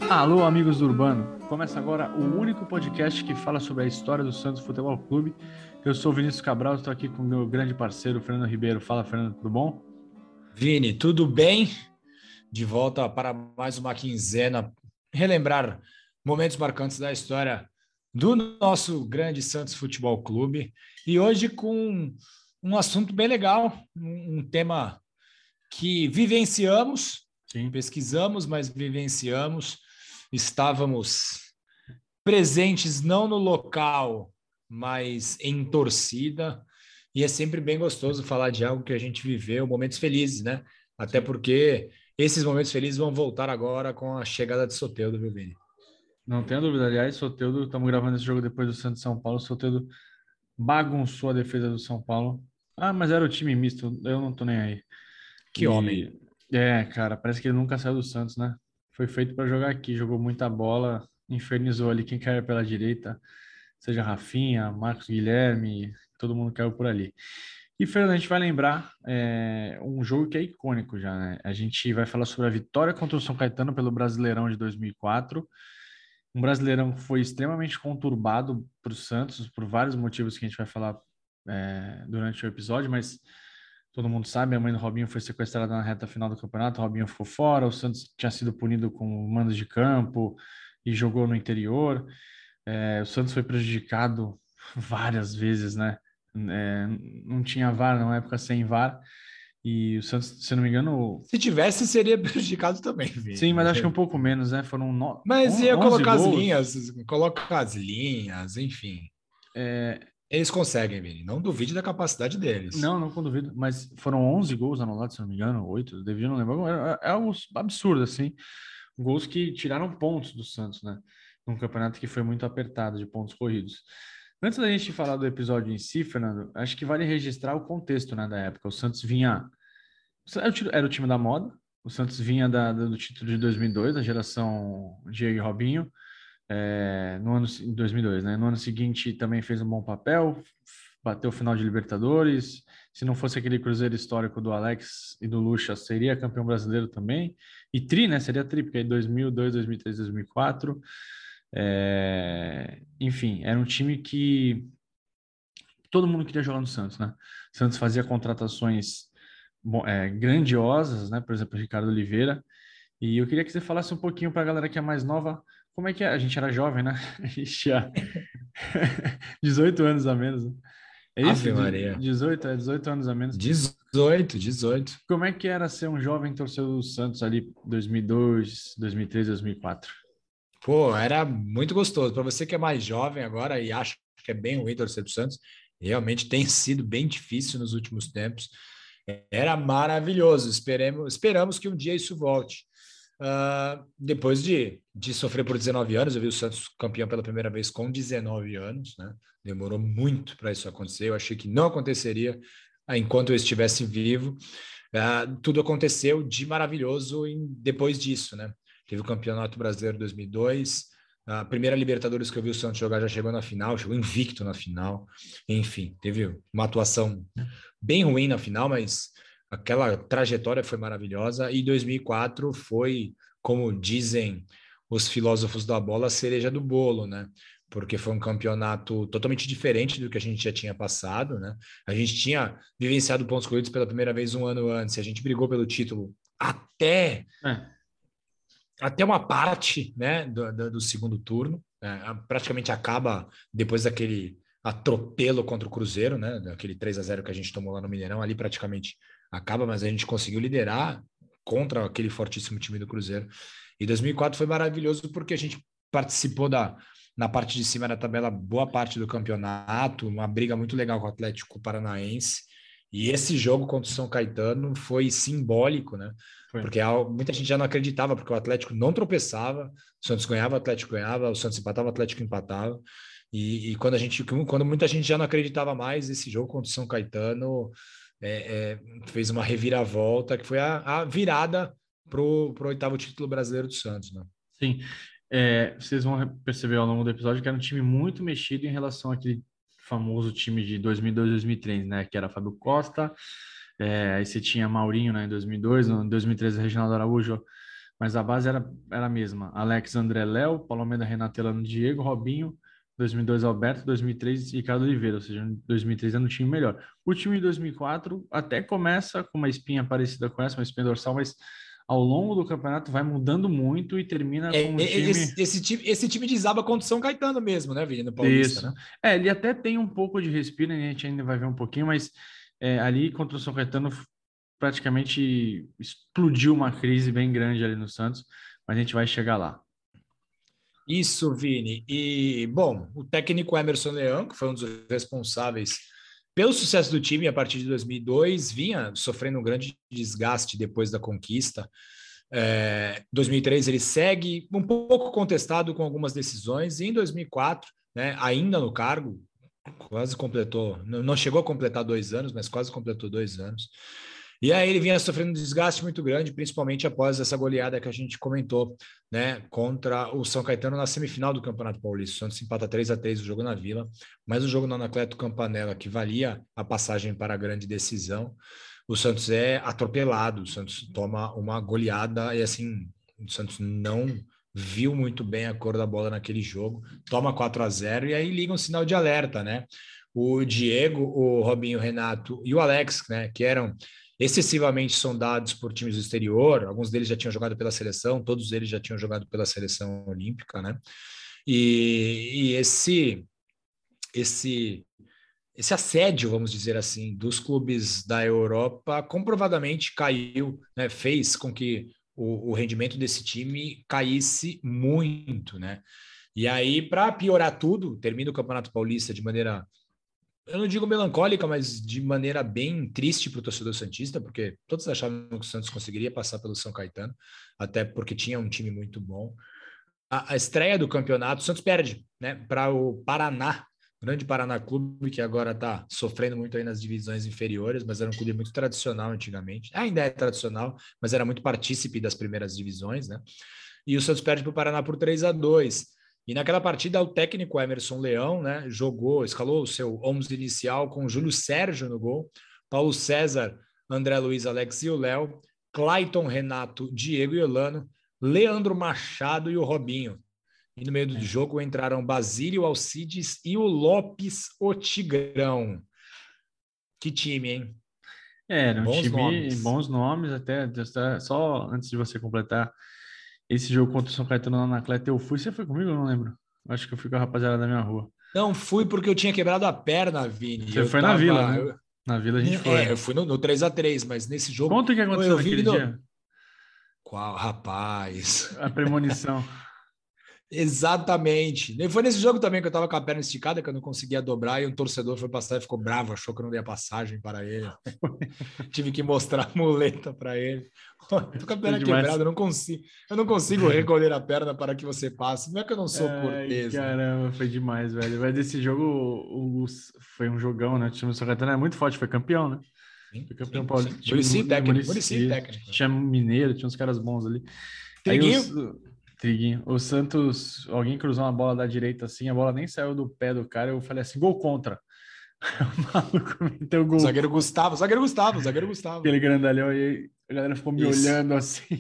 Alô, amigos do Urbano. Começa agora o único podcast que fala sobre a história do Santos Futebol Clube. Eu sou o Vinícius Cabral, estou aqui com o meu grande parceiro, Fernando Ribeiro. Fala, Fernando, tudo bom? Vini, tudo bem? De volta para mais uma quinzena, relembrar momentos marcantes da história do nosso grande Santos Futebol Clube. E hoje com um assunto bem legal, um tema que vivenciamos, Sim. pesquisamos, mas vivenciamos. Estávamos presentes não no local, mas em torcida. E é sempre bem gostoso falar de algo que a gente viveu, momentos felizes, né? Até Sim. porque esses momentos felizes vão voltar agora com a chegada de Soteldo, viu, Vini? Não tenho dúvida. Aliás, Soteldo, estamos gravando esse jogo depois do Santos e São Paulo. Soteldo bagunçou a defesa do São Paulo. Ah, mas era o time misto, eu não tô nem aí. Que homem. E cara, parece que ele nunca saiu do Santos, né? Foi feito para jogar aqui, jogou muita bola, infernizou ali quem caiu pela direita, seja Rafinha, Marcos Guilherme, todo mundo caiu por ali. E, Fernando, a gente vai lembrar um jogo que é icônico já, né? A gente vai falar sobre a vitória contra o São Caetano pelo Brasileirão de 2004. Um Brasileirão que foi extremamente conturbado para o Santos, por vários motivos que a gente vai falar durante o episódio, mas todo mundo sabe, a mãe do Robinho foi sequestrada na reta final do campeonato, o Robinho ficou fora, o Santos tinha sido punido com mandos de campo e jogou no interior. O Santos foi prejudicado várias vezes, né? Não tinha VAR na época, sem VAR, e o Santos, se não me engano, Se tivesse, seria prejudicado também, sim, Vini. mas acho que um pouco menos, né? Foram Mas ia 11 colocar as gols. linhas, coloca as linhas, enfim. Eles conseguem, Vini. Não duvide da capacidade deles. Não, não duvido, mas foram 11 gols anulados, se não me engano, 8, devia não lembrar. É algo absurdo, assim. Gols que tiraram pontos do Santos, né? Num campeonato que foi muito apertado de pontos corridos. Antes da gente falar do episódio em si, Fernando, acho que vale registrar o contexto, né, da época. O Santos vinha. Era o time da moda. O Santos vinha do título de 2002, a geração Diego e Robinho. No ano em 2002, né? No ano seguinte também fez um bom papel, bateu o final de Libertadores. Se não fosse aquele Cruzeiro histórico do Alex e do Lucha, seria campeão brasileiro também. E tri, né? Seria tri, porque aí 2002, 2003, 2004. Enfim, era um time que todo mundo queria jogar no Santos, né? O Santos fazia contratações grandiosas, né? Por exemplo, o Ricardo Oliveira. E eu queria que você falasse um pouquinho para a galera que é mais nova, como é que é? A gente era jovem, né? A gente tinha 18 anos a menos, né? É isso? Ave Maria. 18, 18 anos a menos. 18, 18. Como é que era ser um jovem torcedor do Santos ali 2002, 2003, 2004? Pô, era muito gostoso. Para você que é mais jovem agora e acha que é bem ruim torcer pro Santos, realmente tem sido bem difícil nos últimos tempos. Era maravilhoso. Esperamos que um dia isso volte. Depois de sofrer por 19 anos, eu vi o Santos campeão pela primeira vez com 19 anos, né? Demorou muito para isso acontecer. Eu achei que não aconteceria enquanto eu estivesse vivo. Tudo aconteceu de maravilhoso depois disso, né? Teve o Campeonato Brasileiro 2002, a primeira Libertadores que eu vi o Santos jogar já chegou na final, chegou invicto na final. Enfim, teve uma atuação bem ruim na final, mas aquela trajetória foi maravilhosa. E 2004 foi, como dizem os filósofos da bola, a cereja do bolo, né? Porque foi um campeonato totalmente diferente do que a gente já tinha passado, né? A gente tinha vivenciado pontos corridos pela primeira vez um ano antes, a gente brigou pelo título até É, até uma parte, né, do segundo turno, praticamente acaba depois daquele atropelo contra o Cruzeiro, né, daquele 3-0 que a gente tomou lá no Mineirão, ali praticamente acaba, mas a gente conseguiu liderar contra aquele fortíssimo time do Cruzeiro. E 2004 foi maravilhoso porque a gente participou na parte de cima da tabela boa parte do campeonato, uma briga muito legal com o Atlético Paranaense. E esse jogo contra o São Caetano foi simbólico, né? foi. Porque muita gente já não acreditava, porque o Atlético não tropeçava, o Santos ganhava, o Atlético ganhava, o Santos empatava, o Atlético empatava. E quando muita gente já não acreditava mais, esse jogo contra o São Caetano fez uma reviravolta, que foi a virada pro oitavo título brasileiro do Santos, né? Sim. Vocês vão perceber ao longo do episódio que era um time muito mexido em relação àquele famoso time de 2002, 2003, né? Que era Fábio Costa, aí você tinha Maurinho, né, em 2002, no 2013 Reginaldo Araújo, mas a base era a mesma. Alex, André, Léo, Paulo Almeida, Renato, Elano, Diego, Robinho, 2002 Alberto, 2003 Ricardo Oliveira, ou seja, em 2003 era um time melhor. O time de 2004 até começa com uma espinha parecida com essa, uma espinha dorsal, mas ao longo do campeonato vai mudando muito e termina com um time... Esse time desaba contra o São Caetano mesmo, né, Vini, no Paulista, Isso. né? Ele até tem um pouco de respiro, né? A gente ainda vai ver um pouquinho, mas ali contra o São Caetano praticamente explodiu uma crise bem grande ali no Santos, mas a gente vai chegar lá. Isso, Vini. E, bom, o técnico Emerson Leão, que foi um dos responsáveis pelo sucesso do time a partir de 2002, vinha sofrendo um grande desgaste depois da conquista. 2003 ele segue um pouco contestado com algumas decisões, e em 2004, né, ainda no cargo, quase completou, não chegou a completar 2 anos, mas quase completou 2 anos. E aí ele vinha sofrendo um desgaste muito grande, principalmente após essa goleada que a gente comentou, né, contra o São Caetano na semifinal do Campeonato Paulista. O Santos empata 3-3 o jogo na Vila, mas o jogo no Anacleto Campanella, que valia a passagem para a grande decisão, o Santos é atropelado, o Santos toma uma goleada e assim, o Santos não viu muito bem a cor da bola naquele jogo, toma 4-0 e aí liga um sinal de alerta, né? O Diego, o Robinho, o Renato e o Alex, né, que eram excessivamente sondados por times do exterior, alguns deles já tinham jogado pela seleção, todos eles já tinham jogado pela seleção olímpica, né? E esse assédio, vamos dizer assim, dos clubes da Europa comprovadamente caiu, né, fez com que o rendimento desse time caísse muito, né? E aí, para piorar tudo, termina o Campeonato Paulista de maneira, eu não digo melancólica, mas de maneira bem triste para o torcedor santista, porque todos achavam que o Santos conseguiria passar pelo São Caetano, até porque tinha um time muito bom. A estreia do campeonato, o Santos perde, né, para o Paraná, grande Paraná Clube, que agora está sofrendo muito aí nas divisões inferiores, mas era um clube muito tradicional antigamente. Ainda é tradicional, mas era muito partícipe das primeiras divisões, né? E o Santos perde para o Paraná por 3-2. E naquela partida, o técnico Emerson Leão, né, escalou o seu 11 inicial com Júlio Sérgio no gol, Paulo César, André Luiz, Alex e o Léo, Clayton, Renato, Diego e Elano, Leandro Machado e o Robinho. E no meio do jogo entraram Basílio, Alcides e o Lopes, o Tigrão. Que time, hein? Era um Bons time, nomes. bons nomes, até só antes de você completar, esse jogo contra o São Caetano na Anacleto, eu fui, você foi comigo? Eu não lembro. Acho que eu fui com a rapaziada da minha rua. Não fui porque eu tinha quebrado a perna, Vini. Você foi na Vila, né? Na Vila a gente foi. Eu fui no 3-3, mas nesse jogo Conta o que aconteceu eu vi naquele no. dia. Qual, rapaz? A premonição. Exatamente. E foi nesse jogo também que eu estava com a perna esticada, que eu não conseguia dobrar, e um torcedor foi passar e ficou bravo, achou que eu não dei a passagem para ele. Tive que mostrar a muleta para ele. Tô com a Foi perna demais. quebrada, eu não consigo recolher a perna para que você passe. Não é que eu não sou Ai, cortês, né? caramba, foi demais, velho. Mas desse jogo foi um jogão, né? O time do São Caetano é muito forte, foi campeão, né? Sim, Foi campeão sim, paulista, sim. time Muricy Muricy, técnico. tinha Mineiro, tinha uns caras bons ali. Aí Triguinho, Triguinho, o Santos, alguém cruzou uma bola da direita assim, a bola nem saiu do pé do cara, eu falei assim, gol contra. O maluco meteu gol zagueiro contra, Gustavo, zagueiro Gustavo, zagueiro Gustavo. aquele grandalhão, e a galera ficou me Isso. olhando assim.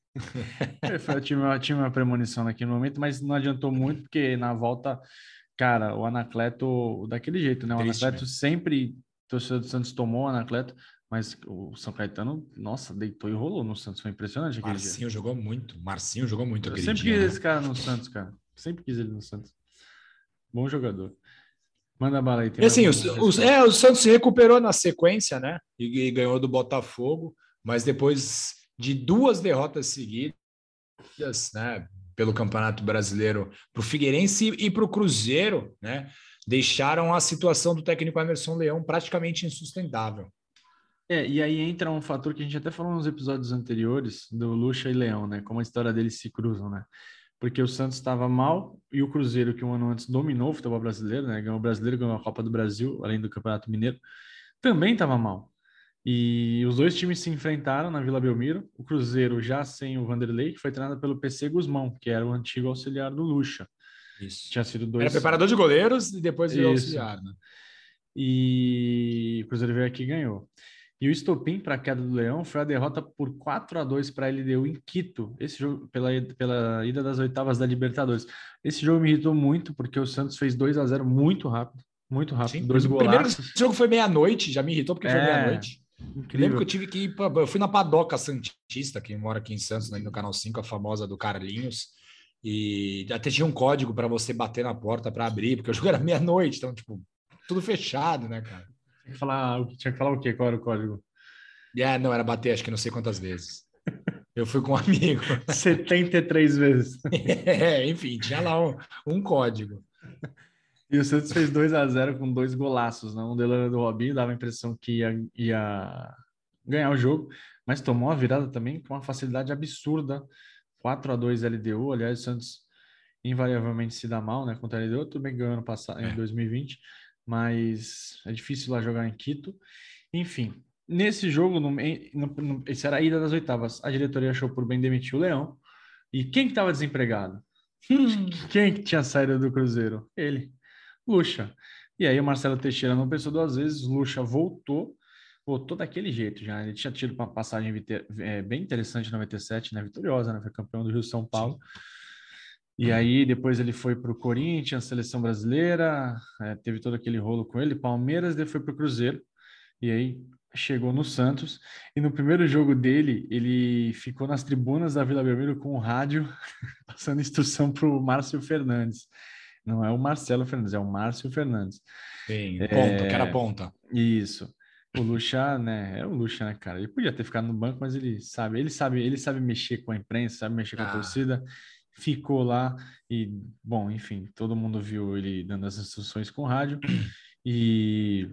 Eu tive uma premonição naquele momento, mas não adiantou muito, porque na volta, cara, o Anacleto, daquele jeito, né? O Triste Anacleto mesmo. sempre, o torcedor do Santos tomou o Anacleto, mas o São Caetano, nossa, deitou e rolou no Santos, foi impressionante aquele dia. Marcinho jogou muito. Marcinho jogou muito Eu aquele sempre dia, quis né? esse cara no Santos, cara. Sempre quis ele no Santos. Bom jogador. Manda bala aí, tem E mais assim, um resultado. o Santos se recuperou na sequência, né? E ganhou do Botafogo, mas depois de 2 derrotas seguidas, né? Pelo Campeonato Brasileiro, para o Figueirense e para o Cruzeiro, né? Deixaram a situação do técnico Emerson Leão praticamente insustentável. E aí entra um fator que a gente até falou nos episódios anteriores do Lucha e Leão, né? Como a história deles se cruzam, né? Porque o Santos estava mal e o Cruzeiro, que um ano antes dominou o futebol brasileiro, né? Ganhou o Brasileiro, ganhou a Copa do Brasil, além do Campeonato Mineiro, também estava mal. E os dois times se enfrentaram na Vila Belmiro. O Cruzeiro já sem o Vanderlei, que foi treinado pelo PC Guzmão, que era o antigo auxiliar do Lucha. Isso. Tinha sido Era dois. preparador de goleiros e depois virou Isso. auxiliar, né? E o Cruzeiro veio aqui e ganhou. E o estopim para a queda do Leão foi a derrota por 4-2 para a LDU em Quito, esse jogo pela ida das oitavas da Libertadores. Esse jogo me irritou muito, porque o Santos fez 2-0 muito rápido, Sim, dois primeiro que esse golaços. jogo foi meia-noite, já me irritou porque foi É, meia-noite. Lembro que incrível. eu tive que ir eu fui na Padoca Santista, que mora aqui em Santos, né, no Canal 5, a famosa do Carlinhos, e até tinha um código para você bater na porta para abrir, porque o jogo era meia-noite, então, tipo, tudo fechado, né, cara? Tinha que falar o quê? Qual era o código? E não, era bater, acho que não sei quantas vezes. Eu fui com um amigo. 73 vezes. Enfim, tinha lá um código. E o Santos fez 2-0 com dois golaços, né? Um dele era do Robinho, dava a impressão que ia ganhar o jogo, mas tomou a virada também com uma facilidade absurda. 4-2 LDU. Aliás, o Santos invariavelmente se dá mal, né? Contra a LDU, tudo bem que ganhou ano passado, em É. 2020, mas é difícil lá jogar em Quito. Enfim, nesse jogo, esse era a ida das oitavas, a diretoria achou por bem demitir o Leão. E quem que estava desempregado? Quem que tinha saído do Cruzeiro? Ele, Lucha. E aí o Marcelo Teixeira não pensou duas vezes, Lucha voltou daquele jeito já. Ele tinha tido uma passagem bem interessante em 97, né? Vitoriosa, né? Foi campeão do Rio São Paulo. Sim. E aí depois ele foi para o Corinthians, seleção brasileira, teve todo aquele rolo com ele, Palmeiras, daí foi para o Cruzeiro. E aí chegou no Santos. E no primeiro jogo dele, ele ficou nas tribunas da Vila Belmiro com o rádio, passando instrução para o Márcio Fernandes. Não é o Marcelo Fernandes, é o Márcio Fernandes. Sim, ponta, que era É, ponta. isso. O Lucha, né? É o Lucha, né, cara? Ele podia ter ficado no banco, mas ele sabe mexer com a imprensa, sabe mexer com a Ah, torcida. Ficou lá e, bom, enfim, todo mundo viu ele dando as instruções com o rádio e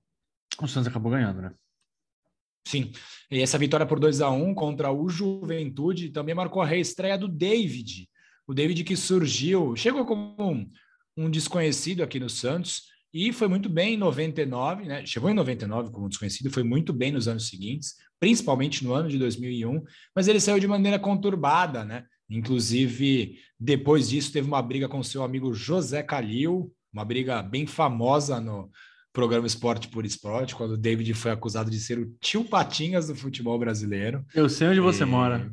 o Santos acabou ganhando, né? sim. E essa vitória por 2-1 contra o Juventude também marcou a reestreia do David. O David que chegou como um desconhecido aqui no Santos e foi muito bem em 99, né? Chegou em 99 como desconhecido, foi muito bem nos anos seguintes, principalmente no ano de 2001, mas ele saiu de maneira conturbada, né? Inclusive, depois disso, teve uma briga com seu amigo José Calil, uma briga bem famosa no programa Esporte por Esporte, quando o David foi acusado de ser o tio Patinhas do futebol brasileiro. Eu sei onde você E... mora.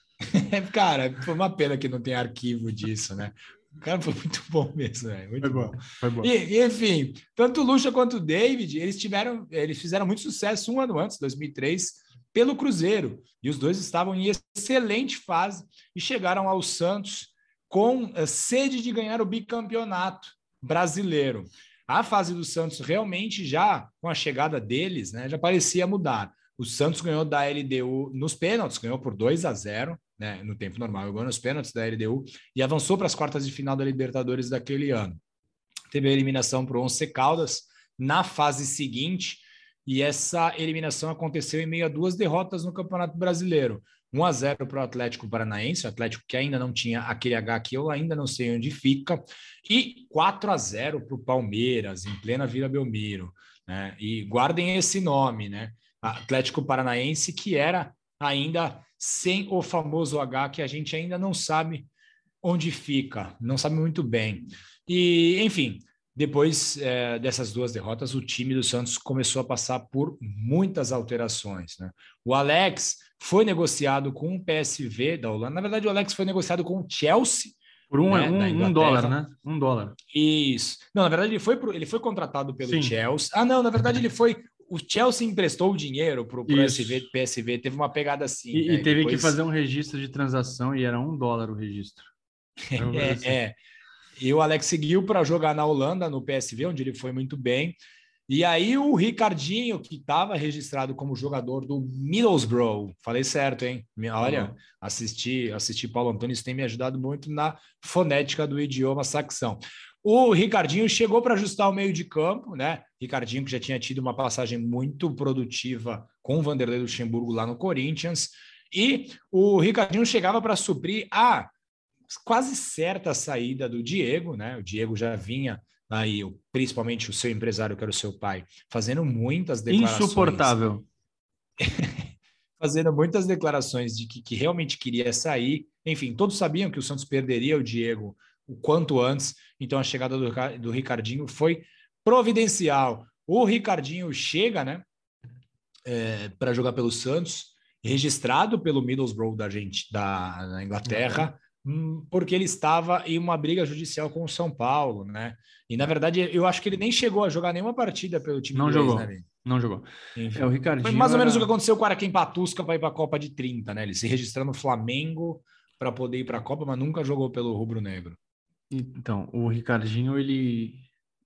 Cara, foi uma pena que não tem arquivo disso, né? O cara foi muito bom mesmo, né? Foi Muito bom. bom, foi bom. Enfim, tanto o Lucha quanto o David, eles fizeram muito sucesso um ano antes, 2003, pelo Cruzeiro. E os dois estavam em excelente fase e chegaram ao Santos com sede de ganhar o bicampeonato brasileiro. A fase do Santos realmente já, com a chegada deles, né, já parecia mudar. O Santos ganhou da LDU nos pênaltis, ganhou por 2-0, né, no tempo normal, ganhou nos pênaltis da LDU e avançou para as quartas de final da Libertadores daquele ano. Teve a eliminação para o Once Caldas na fase seguinte, e essa eliminação aconteceu em meio a duas derrotas no Campeonato Brasileiro. 1-0 para o Atlético Paranaense, o Atlético que ainda não tinha aquele H que eu ainda não sei onde fica, e 4-0 para o Palmeiras, em plena Vila Belmiro. Né? E guardem esse nome, né? Atlético Paranaense, que era ainda sem o famoso H, que a gente ainda não sabe onde fica, não sabe muito bem. E, enfim, depois dessas duas derrotas, o time do Santos começou a passar por muitas alterações. Né? O Alex foi negociado com o PSV da Holanda. Na verdade, o Alex foi negociado com o Chelsea, Por né, da um dólar, Inglaterra. né? $1. Isso. Não, na verdade, ele foi contratado pelo Sim, Chelsea. Ah, não, na verdade, ele foi. O Chelsea emprestou o dinheiro para o isso. PSV, teve uma pegada assim, E né? E teve que depois. fazer um registro de transação e era $1 o registro. Era uma coisa assim. É. E o Alex seguiu para jogar na Holanda, no PSV, onde ele foi muito bem. E aí o Ricardinho, que estava registrado como jogador do Middlesbrough, falei certo, hein? Olha, Falou. assistir Paulo Antônio, isso tem me ajudado muito na fonética do idioma saxão. O Ricardinho chegou para ajustar o meio de campo, né? Ricardinho que já tinha tido uma passagem muito produtiva com o Vanderlei Luxemburgo lá no Corinthians. E o Ricardinho chegava para suprir a quase certa saída do Diego, né? O Diego já vinha aí, principalmente o seu empresário, que era o seu pai, Insuportável. fazendo muitas declarações de que realmente queria sair. Enfim, todos sabiam que o Santos perderia o Diego o quanto antes, então a chegada do Ricardinho foi providencial. O Ricardinho chega, né? para jogar pelo Santos, registrado pelo Middlesbrough da Inglaterra, porque ele estava em uma briga judicial com o São Paulo, né? E, na verdade, eu acho que ele nem chegou a jogar nenhuma partida pelo time Não inglês, né, jogou, Vini? não jogou. O Enfim. Foi Ricardinho mais ou menos o que era... aconteceu com o Araquém Patusca para ir para a Copa de 30, né? Ele se registrou no Flamengo para poder ir para a Copa, mas nunca jogou pelo Rubro Negro. Então, o Ricardinho, ele...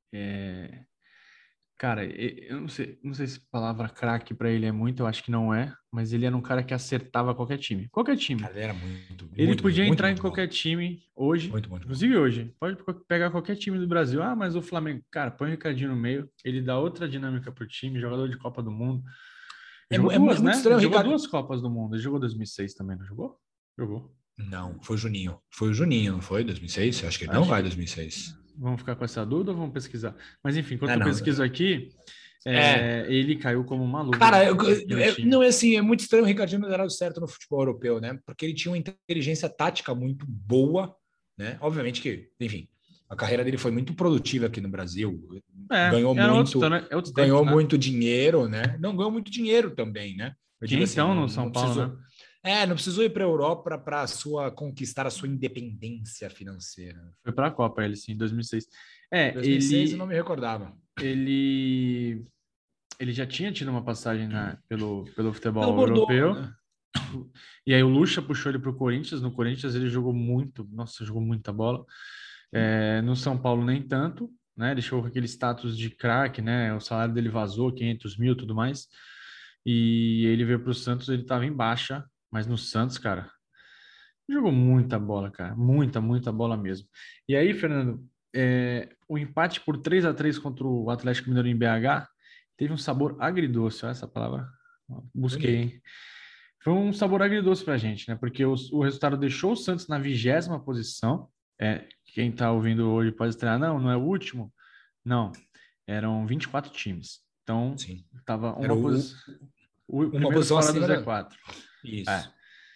Cara, eu não sei se a palavra craque pra ele é muito, eu acho que não é, mas ele era um cara que acertava qualquer time. Qualquer time. Cara, ele era muito, Ele muito, podia muito entrar bom em de bola. qualquer time hoje, Muito bom de bola. inclusive hoje. Pode pegar qualquer time do Brasil. Ah, mas o Flamengo, cara, põe o Ricardinho no meio, ele dá outra dinâmica pro time, jogador de Copa do Mundo. Ele jogou duas, Muito né? estranho, Ele jogou Ricardo. duas Copas do Mundo. Ele jogou 2006 também, não jogou? Jogou. Não, foi o Juninho. Foi o Juninho, não foi? 2006? Eu acho que ele não Acho vai em que 2006. vamos ficar com essa dúvida ou vamos pesquisar? Mas enfim, enquanto Ah, eu não. pesquiso aqui, ele caiu como uma luva Cara, naquele time. não é assim, é muito estranho o Ricardinho não ter dado certo no futebol europeu, né? Porque ele tinha uma inteligência tática muito boa, né? Obviamente que, enfim, a carreira dele foi muito produtiva aqui no Brasil, Outros tempos, ganhou né? muito dinheiro, né? Não ganhou muito dinheiro também, né? Eu Que digo assim, então não, no São não Paulo, né? precisou. Não precisou ir para a Europa para conquistar a sua independência financeira. Foi para a Copa ele, sim, em 2006. 2006 eu não me recordava. Ele, ele já tinha tido uma passagem pelo Pelo futebol Bordeaux, europeu. né? E aí o Lucha puxou ele para o Corinthians. No Corinthians ele jogou muito, nossa, jogou muita bola. No São Paulo nem tanto, né? Ele chegou com aquele status de craque, né? O salário dele vazou, 500 mil, tudo mais. E ele veio para o Santos, ele estava em baixa, mas no Santos, cara, jogou muita bola, cara. Muita, muita bola mesmo. E aí, Fernando, o empate por 3-3 contra o Atlético Mineiro em BH teve um sabor agridoce. Olha essa palavra. Busquei, Bonito. hein? Foi um sabor agridoce pra gente, né? Porque o resultado deixou o Santos na 20ª posição. Quem tá ouvindo hoje pode estranhar, não, não é o último. Não, eram 24 times. Então, Sim. tava Era o uma primeiro posição fora do acima da. Z4. É. Isso.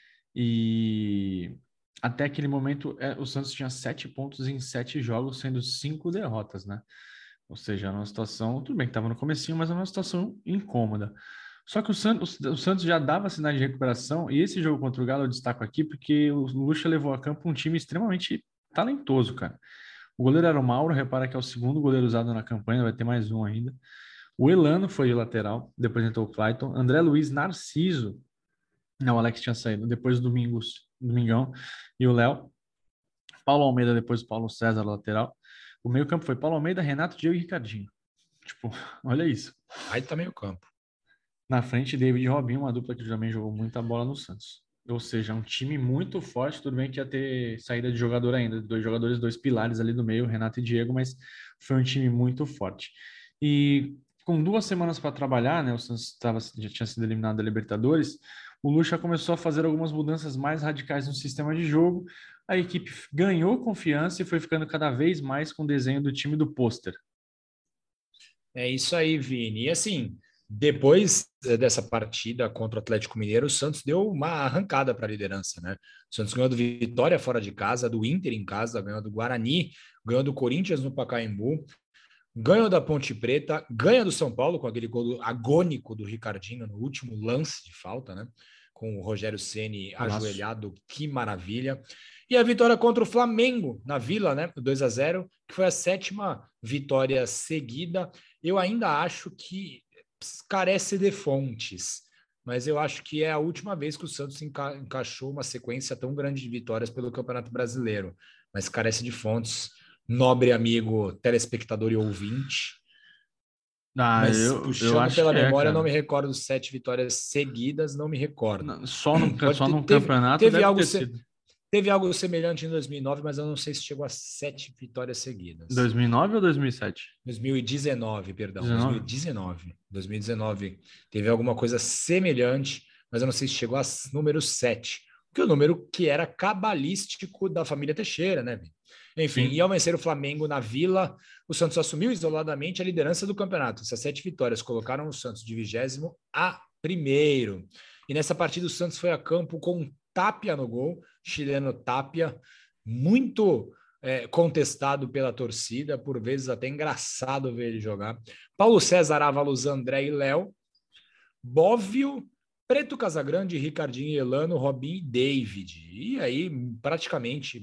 E até aquele momento, o Santos tinha 7 pontos em 7 jogos, sendo 5 derrotas, né? Ou seja, era uma situação, tudo bem que estava no comecinho, mas era uma situação incômoda. Só que o Santos já dava sinais de recuperação, e esse jogo contra o Galo eu destaco aqui porque o Lucha levou a campo um time extremamente talentoso, cara. O goleiro era o Mauro, repara que é o segundo goleiro usado na campanha, vai ter mais um ainda. O Elano foi de lateral, depois entrou o Clayton. André Luiz, Narciso, não, o Alex tinha saído, depois do Domingão, e o Léo. Paulo Almeida, depois o Paulo César, lateral. O meio-campo foi Paulo Almeida, Renato, Diego e Ricardinho. Tipo, olha isso. Aí tá meio campo. Na frente, David e Robinho, uma dupla que também jogou muita bola no Santos. Ou seja, um time muito forte. Tudo bem que ia ter saída de jogador ainda, 2 jogadores, 2 pilares ali do meio, Renato e Diego, mas foi um time muito forte. E com 2 semanas para trabalhar, né? O Santos já tinha sido eliminado da Libertadores. O Lucha começou a fazer algumas mudanças mais radicais no sistema de jogo. A equipe ganhou confiança e foi ficando cada vez mais com o desenho do time do pôster. É isso aí, Vini. E assim, depois dessa partida contra o Atlético Mineiro, o Santos deu uma arrancada para a liderança, né? O Santos ganhou do Vitória fora de casa, do Inter em casa, ganhou do Guarani, ganhou do Corinthians no Pacaembu, ganhou da Ponte Preta, ganha do São Paulo com aquele gol agônico do Ricardinho no último lance de falta, né? Com o Rogério Ceni Golaço. ajoelhado, que maravilha. E a vitória contra o Flamengo na Vila, né? 2-0, que foi a 7ª vitória seguida. Eu ainda acho que carece de fontes, mas eu acho que é a última vez que o Santos encaixou uma sequência tão grande de vitórias pelo Campeonato Brasileiro, mas carece de fontes. Nobre amigo, telespectador e ouvinte. Ah, Mas eu puxando acho pela que é, memória, eu não cara. me recordo 7 vitórias seguidas, não me recordo. Só no Teve, campeonato teve, deve algo, ter sido. teve algo semelhante em 2009, mas eu não sei se chegou a 7 vitórias seguidas. 2009 ou 2007? 2019, perdão, 19? 2019. 2019 teve alguma coisa semelhante, mas eu não sei se chegou a número 7, que é o número que era cabalístico da família Teixeira, né? Enfim, e Sim. ao vencer o Flamengo na Vila, o Santos assumiu isoladamente a liderança do campeonato. Essas 7 vitórias colocaram o Santos de 20º a primeiro. E nessa partida o Santos foi a campo com Tapia no gol, chileno Tapia, muito contestado pela torcida, por vezes até engraçado ver ele jogar. Paulo César, Ávalos, André e Léo. Bóvio, Preto Casagrande, Ricardinho e Elano, Robinho e David. E aí, praticamente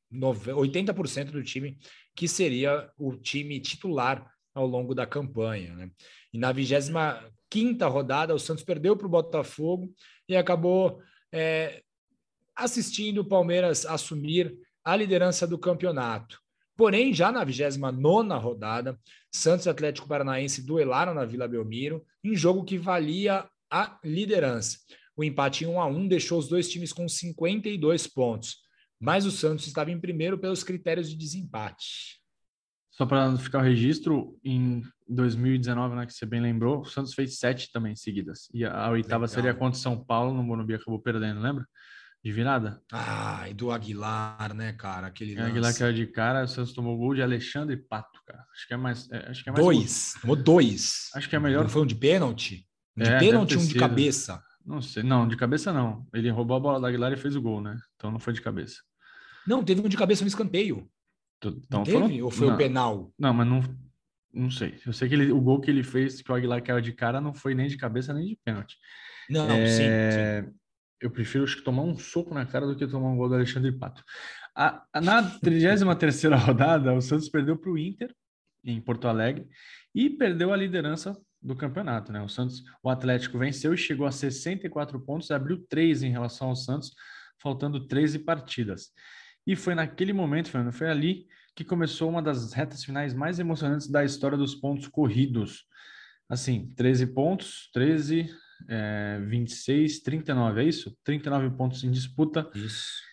80% do time que seria o time titular ao longo da campanha, né? E na 25ª rodada, o Santos perdeu para o Botafogo e acabou assistindo o Palmeiras assumir a liderança do campeonato. Porém, já na 29ª rodada, Santos e Atlético Paranaense duelaram na Vila Belmiro em jogo que valia a liderança. O empate em 1-1 deixou os dois times com 52 pontos, mas o Santos estava em primeiro pelos critérios de desempate. Só para ficar o registro, em 2019, né, que você bem lembrou, o Santos fez 7 também seguidas. E a oitava seria Legal. contra o São Paulo, no Morumbi acabou perdendo, lembra? De virada. Ah, e do Aguilar, né, cara? Aquele É, Aguilar lance. caiu de cara, o Santos tomou gol de Alexandre Pato, cara. Acho que é mais Dois. Tomou dois. acho que é Não melhor. foi um de pênalti? Um de Deve pênalti ter e um de sido. cabeça. Não sei, não, de cabeça não. Ele roubou a bola da Aguilar e fez o gol, né? Então não foi de cabeça. Não, teve um de cabeça no escanteio. Não Então teve? foram. Ou foi o Não, penal? não, mas não sei. Eu sei que o gol que ele fez, que o Aguilar caiu de cara, não foi nem de cabeça nem de pênalti. Não, sim, sim. É, eu prefiro acho que tomar um soco na cara do que tomar um gol do Alexandre Pato. Na 33ª rodada, o Santos perdeu para o Inter, em Porto Alegre, e perdeu a liderança do campeonato, né? O Atlético venceu e chegou a 64 pontos, abriu 3 em relação ao Santos, faltando 13 partidas. E foi naquele momento, Fernando, foi ali que começou uma das retas finais mais emocionantes da história dos pontos corridos. Assim, 13 pontos, 13, 26, 39, é isso? 39 pontos em disputa, Isso.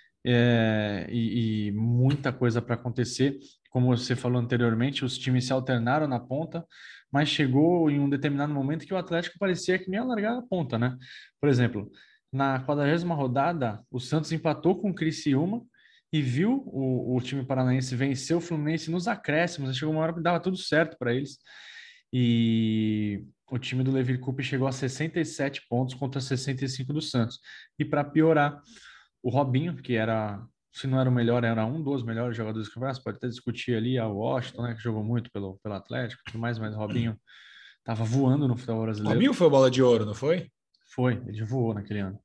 e muita coisa para acontecer. Como você falou anteriormente, os times se alternaram na ponta, mas chegou em um determinado momento que o Atlético parecia que nem ia largar a ponta, né? Por exemplo, na 40ª rodada, o Santos empatou com o Criciúma e viu o time paranaense vencer o Fluminense nos acréscimos. Chegou uma hora que dava tudo certo para eles. E o time do Levi Coupe chegou a 67 pontos contra 65 do Santos. E para piorar, o Robinho, que era, se não era o melhor, era um dos melhores jogadores do campeonato, pode até discutir ali, a Washington, né, que jogou muito pelo Atlético e tudo mais, mas o Robinho estava voando no futebol O brasileiro. Robinho foi bola de ouro, não foi? Foi, ele voou naquele ano.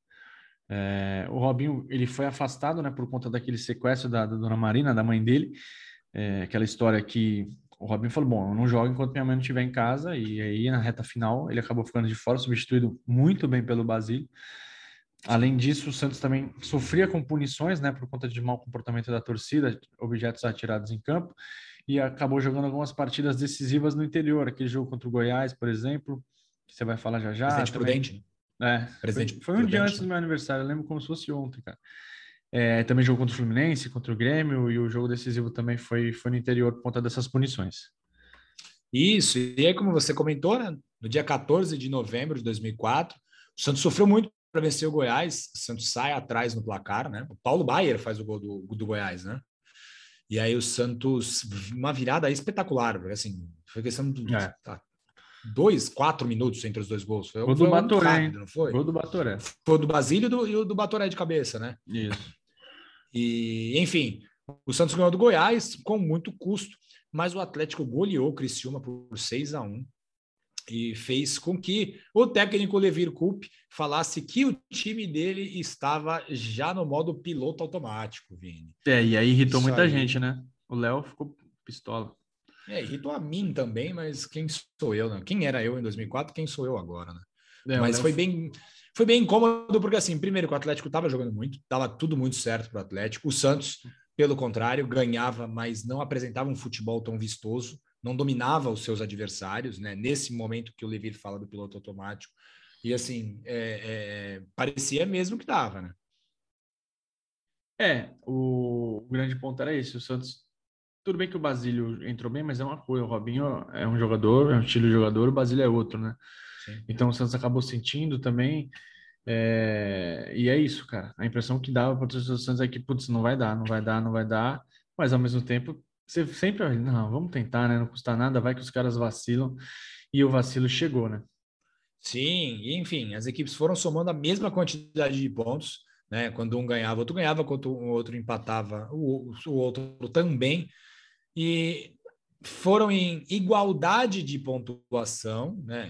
O Robinho, ele foi afastado, né, por conta daquele sequestro da dona Marina, da mãe dele, aquela história que o Robinho falou, bom, eu não jogo enquanto minha mãe não estiver em casa, e aí na reta final ele acabou ficando de fora, substituído muito bem pelo Basílio. Além disso, o Santos também sofria com punições, né, por conta de mau comportamento da torcida, objetos atirados em campo, e acabou jogando algumas partidas decisivas no interior, aquele jogo contra o Goiás, por exemplo, que você vai falar já já, Presidente também. Prudente, né? Foi, Presidente foi um dia Prudente, antes do né? meu aniversário, eu lembro como se fosse ontem, cara. Também jogou contra o Fluminense, contra o Grêmio, e o jogo decisivo também foi no interior por conta dessas punições. Isso, e aí, como você comentou, né, no dia 14 de novembro de 2004, o Santos sofreu muito para vencer o Goiás, o Santos sai atrás no placar, né? O Paulo Baier faz o gol do Goiás, né? E aí o Santos, uma virada espetacular, porque assim, foi questão de É. 4 minutos entre os dois gols. Gol do Foi muito Batoré, rápido, hein? não foi? Gol do Batoré. Foi o do Basílio e o do Batoré de cabeça, né? Isso. E, enfim, o Santos ganhou do Goiás com muito custo, mas o Atlético goleou o Criciúma por 6-1 e fez com que o técnico Levir Coupe falasse que o time dele estava já no modo piloto automático, Vini. E aí irritou Isso muita aí, gente, né? O Léo ficou pistola. irritou a mim também, mas quem sou eu, né? Quem era eu em 2004, quem sou eu agora, né? O Mas Léo foi bem incômodo, porque assim, primeiro que o Atlético estava jogando muito, estava tudo muito certo para o Atlético. O Santos, pelo contrário, ganhava, mas não apresentava um futebol tão vistoso, não dominava os seus adversários, né? Nesse momento que o Levir fala do piloto automático. E assim, parecia mesmo que dava, né? O grande ponto era esse. O Santos, tudo bem que o Basílio entrou bem, mas é uma coisa. O Robinho é um jogador, é um estilo de jogador, o Basílio é outro, né? Sim. Então o Santos acabou sentindo também. E é isso, cara. A impressão que dava para o torcedor do Santos é que, putz, não vai dar, não vai dar, não vai dar. Mas ao mesmo tempo, você sempre, não, vamos tentar, né? Não custa nada, vai que os caras vacilam. E o vacilo chegou, né? Sim, e, enfim, as equipes foram somando a mesma quantidade de pontos, né? Quando um ganhava, outro ganhava, quando o outro empatava, o outro também. E foram em igualdade de pontuação, né?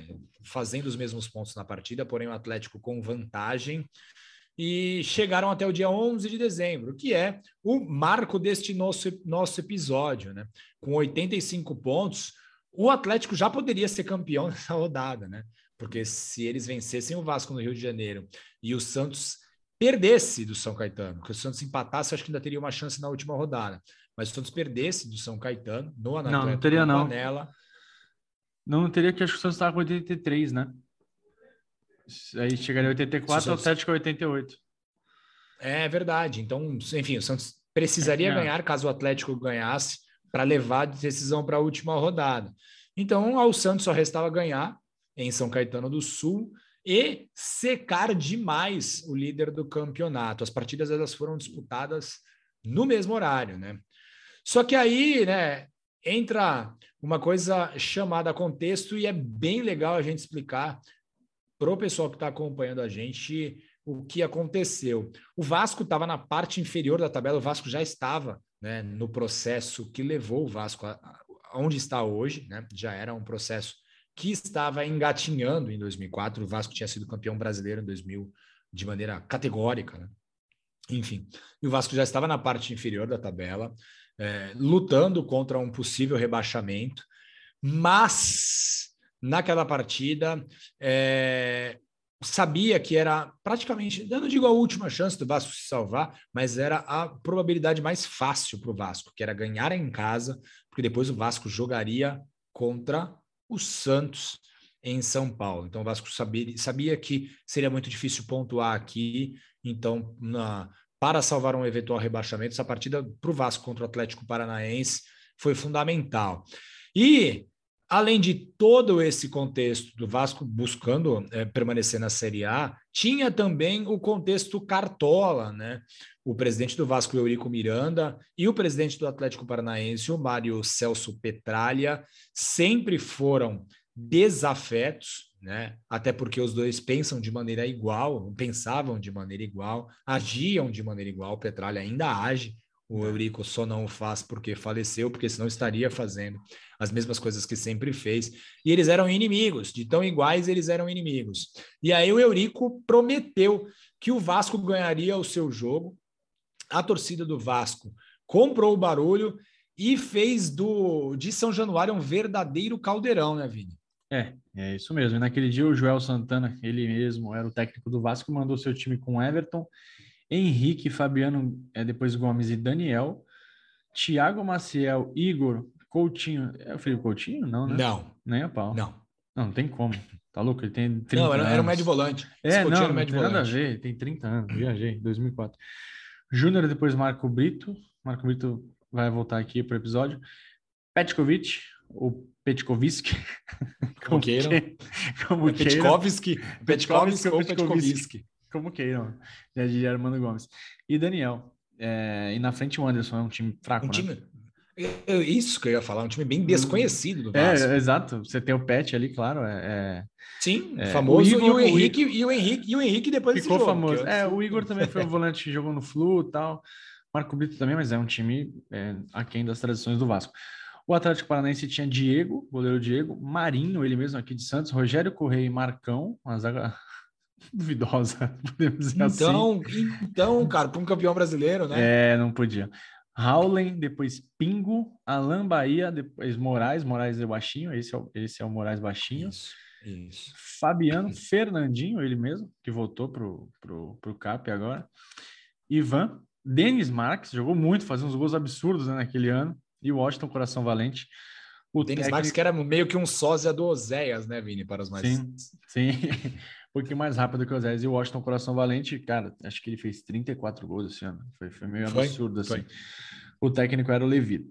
fazendo os mesmos pontos na partida, porém o Atlético com vantagem. E chegaram até o dia 11 de dezembro, que é o marco deste nosso episódio, né? Com 85 pontos, o Atlético já poderia ser campeão nessa rodada, né? Porque se eles vencessem o Vasco no Rio de Janeiro e o Santos perdesse do São Caetano, porque o Santos empatasse, acho que ainda teria uma chance na última rodada, mas se o Santos perdesse do São Caetano no Não Anacleto teria não. Campanella... Não teria, que acho que o Santos estava com 83, né? Aí chegaria a 84, o Atlético 88. É verdade. Então, enfim, o Santos precisaria ganhar caso o Atlético ganhasse para levar a decisão para a última rodada. Então, ao Santos só restava ganhar em São Caetano do Sul e secar demais o líder do campeonato. As partidas elas foram disputadas no mesmo horário, né? Só que aí, né, entra uma coisa chamada contexto e é bem legal a gente explicar para o pessoal que está acompanhando a gente o que aconteceu. O Vasco estava na parte inferior da tabela, o Vasco já estava, né, no processo que levou o Vasco aonde está hoje, né? Já era um processo que estava engatinhando em 2004, o Vasco tinha sido campeão brasileiro em 2000 de maneira categórica, né? Enfim, e o Vasco já estava na parte inferior da tabela, lutando contra um possível rebaixamento, mas naquela partida sabia que era praticamente, eu não digo a última chance do Vasco se salvar, mas era a probabilidade mais fácil para o Vasco, que era ganhar em casa, porque depois o Vasco jogaria contra o Santos em São Paulo. Então o Vasco sabia que seria muito difícil pontuar aqui, então para salvar um eventual rebaixamento, essa partida para o Vasco contra o Atlético Paranaense foi fundamental. E além de todo esse contexto do Vasco buscando permanecer na Série A, tinha também o contexto Cartola, né? O presidente do Vasco, Eurico Miranda, e o presidente do Atlético Paranaense, o Mário Celso Petralha, sempre foram desafetos, né? Até porque os dois pensavam de maneira igual, agiam de maneira igual. O Petralha ainda age, o Eurico só não o faz porque faleceu, porque senão estaria fazendo as mesmas coisas que sempre fez. E eles eram inimigos, de tão iguais eles eram inimigos. E aí o Eurico prometeu que o Vasco ganharia o seu jogo. A torcida do Vasco comprou o barulho e fez de São Januário um verdadeiro caldeirão, né, Vini? É isso mesmo. E naquele dia o Joel Santana, ele mesmo era o técnico do Vasco, mandou seu time com Everton, Henrique, Fabiano, depois Gomes e Daniel, Thiago Maciel, Igor, Coutinho. É o Felipe Coutinho? Não, né? Não. Nem a pau. Não tem como. Tá louco? Ele tem 30 não, era um médio anos. volante. Esse Coutinho era um Não médio tem nada a volante. ver. Ele tem 30 anos. Viajei, 2004. Júnior, depois Marco Brito. Marco Brito vai voltar aqui para o episódio. Petkovic, ou Petkovic. Como queiram. Como Petkovski ou Petkovic. Como queiram. De Armando Gomes. E Daniel. E na frente o Anderson, é um time fraco, né? Time... Isso que eu ia falar, um time bem desconhecido do Vasco. Exato. Você tem o Pet ali, claro. Sim, famoso. O e o Henrique depois ficou desse jogo. Famoso. O Igor também foi o volante que jogou no Flu e tal. Marco Brito também, mas é um time aquém das tradições do Vasco. O Atlético Paranaense tinha Diego, goleiro Diego, Marinho, ele mesmo aqui de Santos, Rogério Correia e Marcão, uma zaga duvidosa, podemos dizer assim. Então, cara, para um campeão brasileiro, né? Não podia. Raulen, depois Pingo, Alan Bahia, depois Moraes é baixinho, esse é o Moraes baixinho. Isso. Fabiano, Fernandinho, ele mesmo, que voltou pro CAP agora. Ivan, Denis Marques, jogou muito, fazia uns gols absurdos, né, naquele ano. E o Washington Coração Valente. O Denis Marques, que era meio que um sósia do Oséias, né, Vini? Para os mais... Sim. Um pouquinho mais rápido que o Oséias. E o Washington Coração Valente, cara, acho que ele fez 34 gols esse ano. Foi meio absurdo, assim. O técnico era o Levi.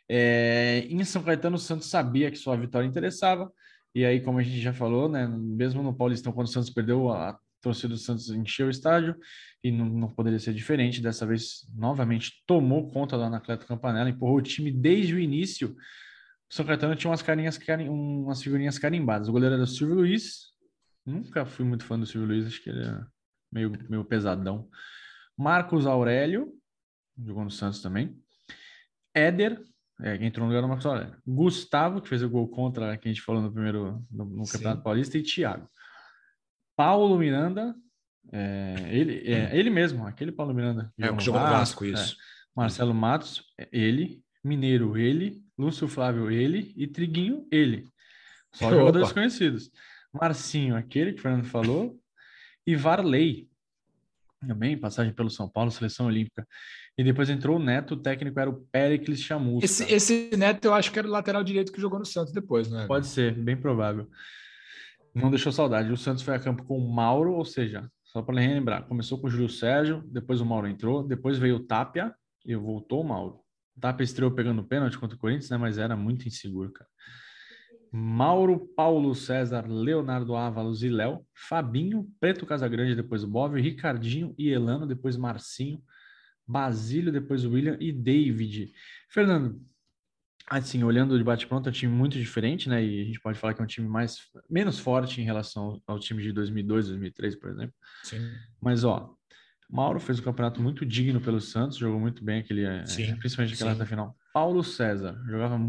Em São Caetano, o Santos sabia que sua vitória interessava. E aí, como a gente já falou, né, mesmo no Paulistão, quando o Santos perdeu, a torcida do Santos encheu o estádio e não poderia ser diferente. Dessa vez, novamente, tomou conta do Anacleto Campanella, empurrou o time desde o início. O São Caetano tinha umas figurinhas carimbadas. O goleiro era o Silvio Luiz. Nunca fui muito fã do Silvio Luiz, acho que ele é meio pesadão. Marcos Aurélio, jogou no Santos também. Éder, entrou no lugar do Marcos Aurélio. Gustavo, que fez o gol contra, que a gente falou no primeiro, no Campeonato Sim. Paulista, e Thiago. Paulo Miranda, ele mesmo, aquele Paulo Miranda que É o jogou que no jogou no Vasco, Vasco, isso. Isso. Marcelo Matos, ele, Mineiro, ele, Lúcio Flávio, ele, e Triguinho, ele. Só jogadores Opa! conhecidos. Marcinho, aquele que o Fernando falou, e Varley, também, passagem pelo São Paulo, seleção olímpica. E depois entrou o Neto, o técnico era o Péricles Esse, Chamusca. esse Neto eu acho que era o lateral direito que jogou no Santos depois, não é? Pode ser, bem provável. Não deixou saudade. O Santos foi a campo com o Mauro, ou seja, só para relembrar, começou com o Júlio Sérgio, depois o Mauro entrou, depois veio o Tapia e voltou o Mauro. O Tapia estreou pegando pênalti contra o Corinthians, né, mas era muito inseguro, cara. Mauro, Paulo César, Leonardo Ávalos e Léo, Fabinho, Preto Casagrande, depois o Bóvio, Ricardinho e Elano, depois Marcinho, Basílio, depois o William e David. Fernando, assim, olhando de bate-pronto, é um time muito diferente, né? E a gente pode falar que é um time menos forte em relação ao time de 2002, 2003, por exemplo. Sim, Mas, ó, Mauro fez um campeonato muito digno pelo Santos, jogou muito bem sim, principalmente aquela reta sim. final. Paulo César jogava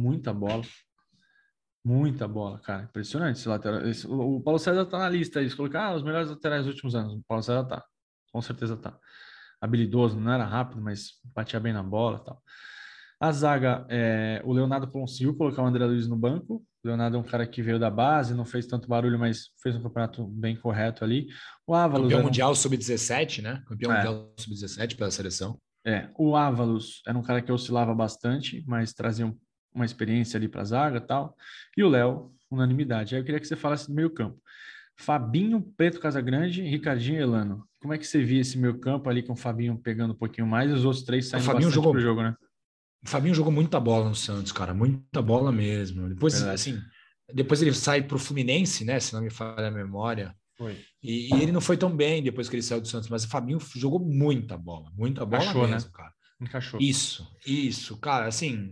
muita bola, cara. Impressionante esse lateral. O Paulo César tá na lista aí. Se colocar os melhores laterais dos últimos anos, o Paulo César tá. Com certeza tá. Habilidoso, não era rápido, mas batia bem na bola e tal. A zaga, o Leonardo conseguiu colocar o André Luiz no banco. O Leonardo é um cara que veio da base, não fez tanto barulho, mas fez um campeonato bem correto ali. O Ávalos Campeão era um. mundial sub-17, né? Campeão É, mundial sub-17 pela seleção. o Ávalos era um cara que oscilava bastante, mas trazia uma experiência ali para a zaga e tal. E o Léo, unanimidade. Aí eu queria que você falasse do meio-campo. Fabinho, Preto Casagrande, Ricardinho e Elano. Como é que você via esse meio-campo ali com o Fabinho pegando um pouquinho mais e os outros três O saindo Fabinho bastante pro jogou, jogo, né? o Fabinho jogou muita bola no Santos, cara, muita bola mesmo. Depois, Verdade. assim, depois ele sai pro Fluminense, né? Se não me falha a memória. Foi. E ele não foi tão bem depois que ele saiu do Santos, mas o Fabinho jogou muita bola Encaixou, né? mesmo, cara. Encaixou. Isso, cara, assim,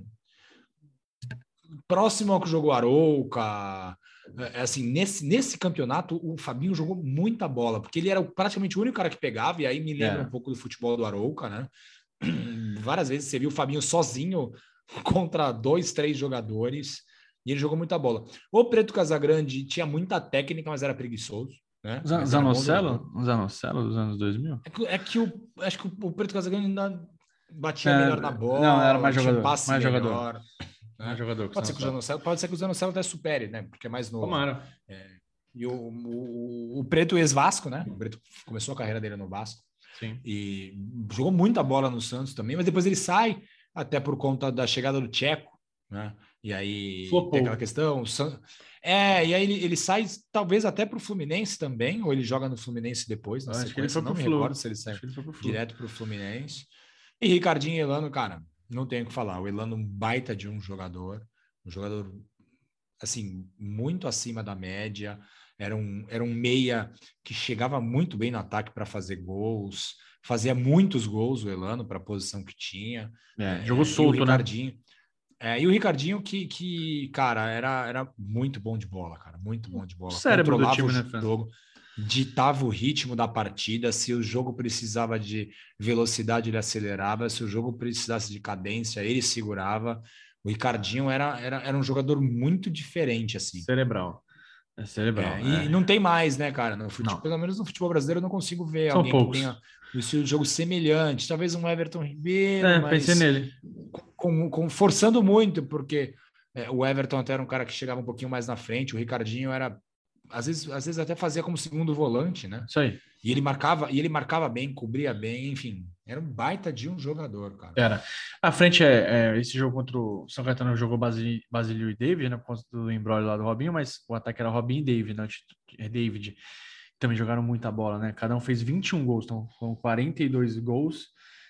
próximo ao que jogou Arouca, assim, nesse campeonato, o Fabinho jogou muita bola, porque ele era praticamente o único cara que pegava, e aí me lembra um É. pouco do futebol do Arouca, né? Várias vezes você viu o Fabinho sozinho contra 2, 3 jogadores, e ele jogou muita bola. O Preto Casagrande tinha muita técnica, mas era preguiçoso, né? Mas era bom jogador. Zanocelo dos anos 2000? Acho que o Preto Casagrande ainda batia É, melhor na não, era bola, mais tinha um jogador. passe Mais jogador. melhor, Mais né? jogador que o Zanocelo. Pode ser que o Zanocelo até supere, né? Porque é mais novo. Tomara. E o Preto ex-Vasco, né? O Preto começou a carreira dele no Vasco Sim. e jogou muita bola no Santos também, mas depois ele sai até por conta da chegada do Tcheco, né? E aí tem aquela Flopou. questão. E aí ele sai talvez até para o Fluminense também, ou ele joga no Fluminense depois, na Eu acho que ele sequência. foi Não pro me recordo Flu. se ele Acho saiu que ele foi pro Flu. direto para o Fluminense. E Ricardinho e Elano, cara, não tenho o que falar. O Elano, um baita de um jogador assim, muito acima da média. Era um meia que chegava muito bem no ataque para fazer gols, fazia muitos gols o Elano para a posição que tinha. Jogou E o solto, né? Ricardinho. E o Ricardinho cara, era muito bom de bola, cara, muito bom de O bola. cérebro do Controlava o time, né, Fran? jogo, ditava o ritmo da partida. Se o jogo precisava de velocidade, ele acelerava. Se o jogo precisasse de cadência, ele segurava. O Ricardinho era um jogador muito diferente, assim. Cerebral. É cerebral, E não tem mais, né, cara? Não. Pelo menos no futebol brasileiro, eu não consigo ver São alguém que tenha poucos. um estilo de jogo semelhante. Talvez um Everton Ribeiro, Pensei mas nele. forçando muito, porque o Everton até era um cara que chegava um pouquinho mais na frente. O Ricardinho era, às vezes até fazia como segundo volante, né? Isso aí. E ele marcava bem, cobria bem, enfim, era um baita de um jogador, cara. Era. A frente esse jogo contra o São Caetano jogou Basílio e David, né? Por conta do embrólio lá do Robinho, mas o ataque era Robinho e David, né? David. Também jogaram muita bola, né? Cada um fez 21 gols, então foram 42 gols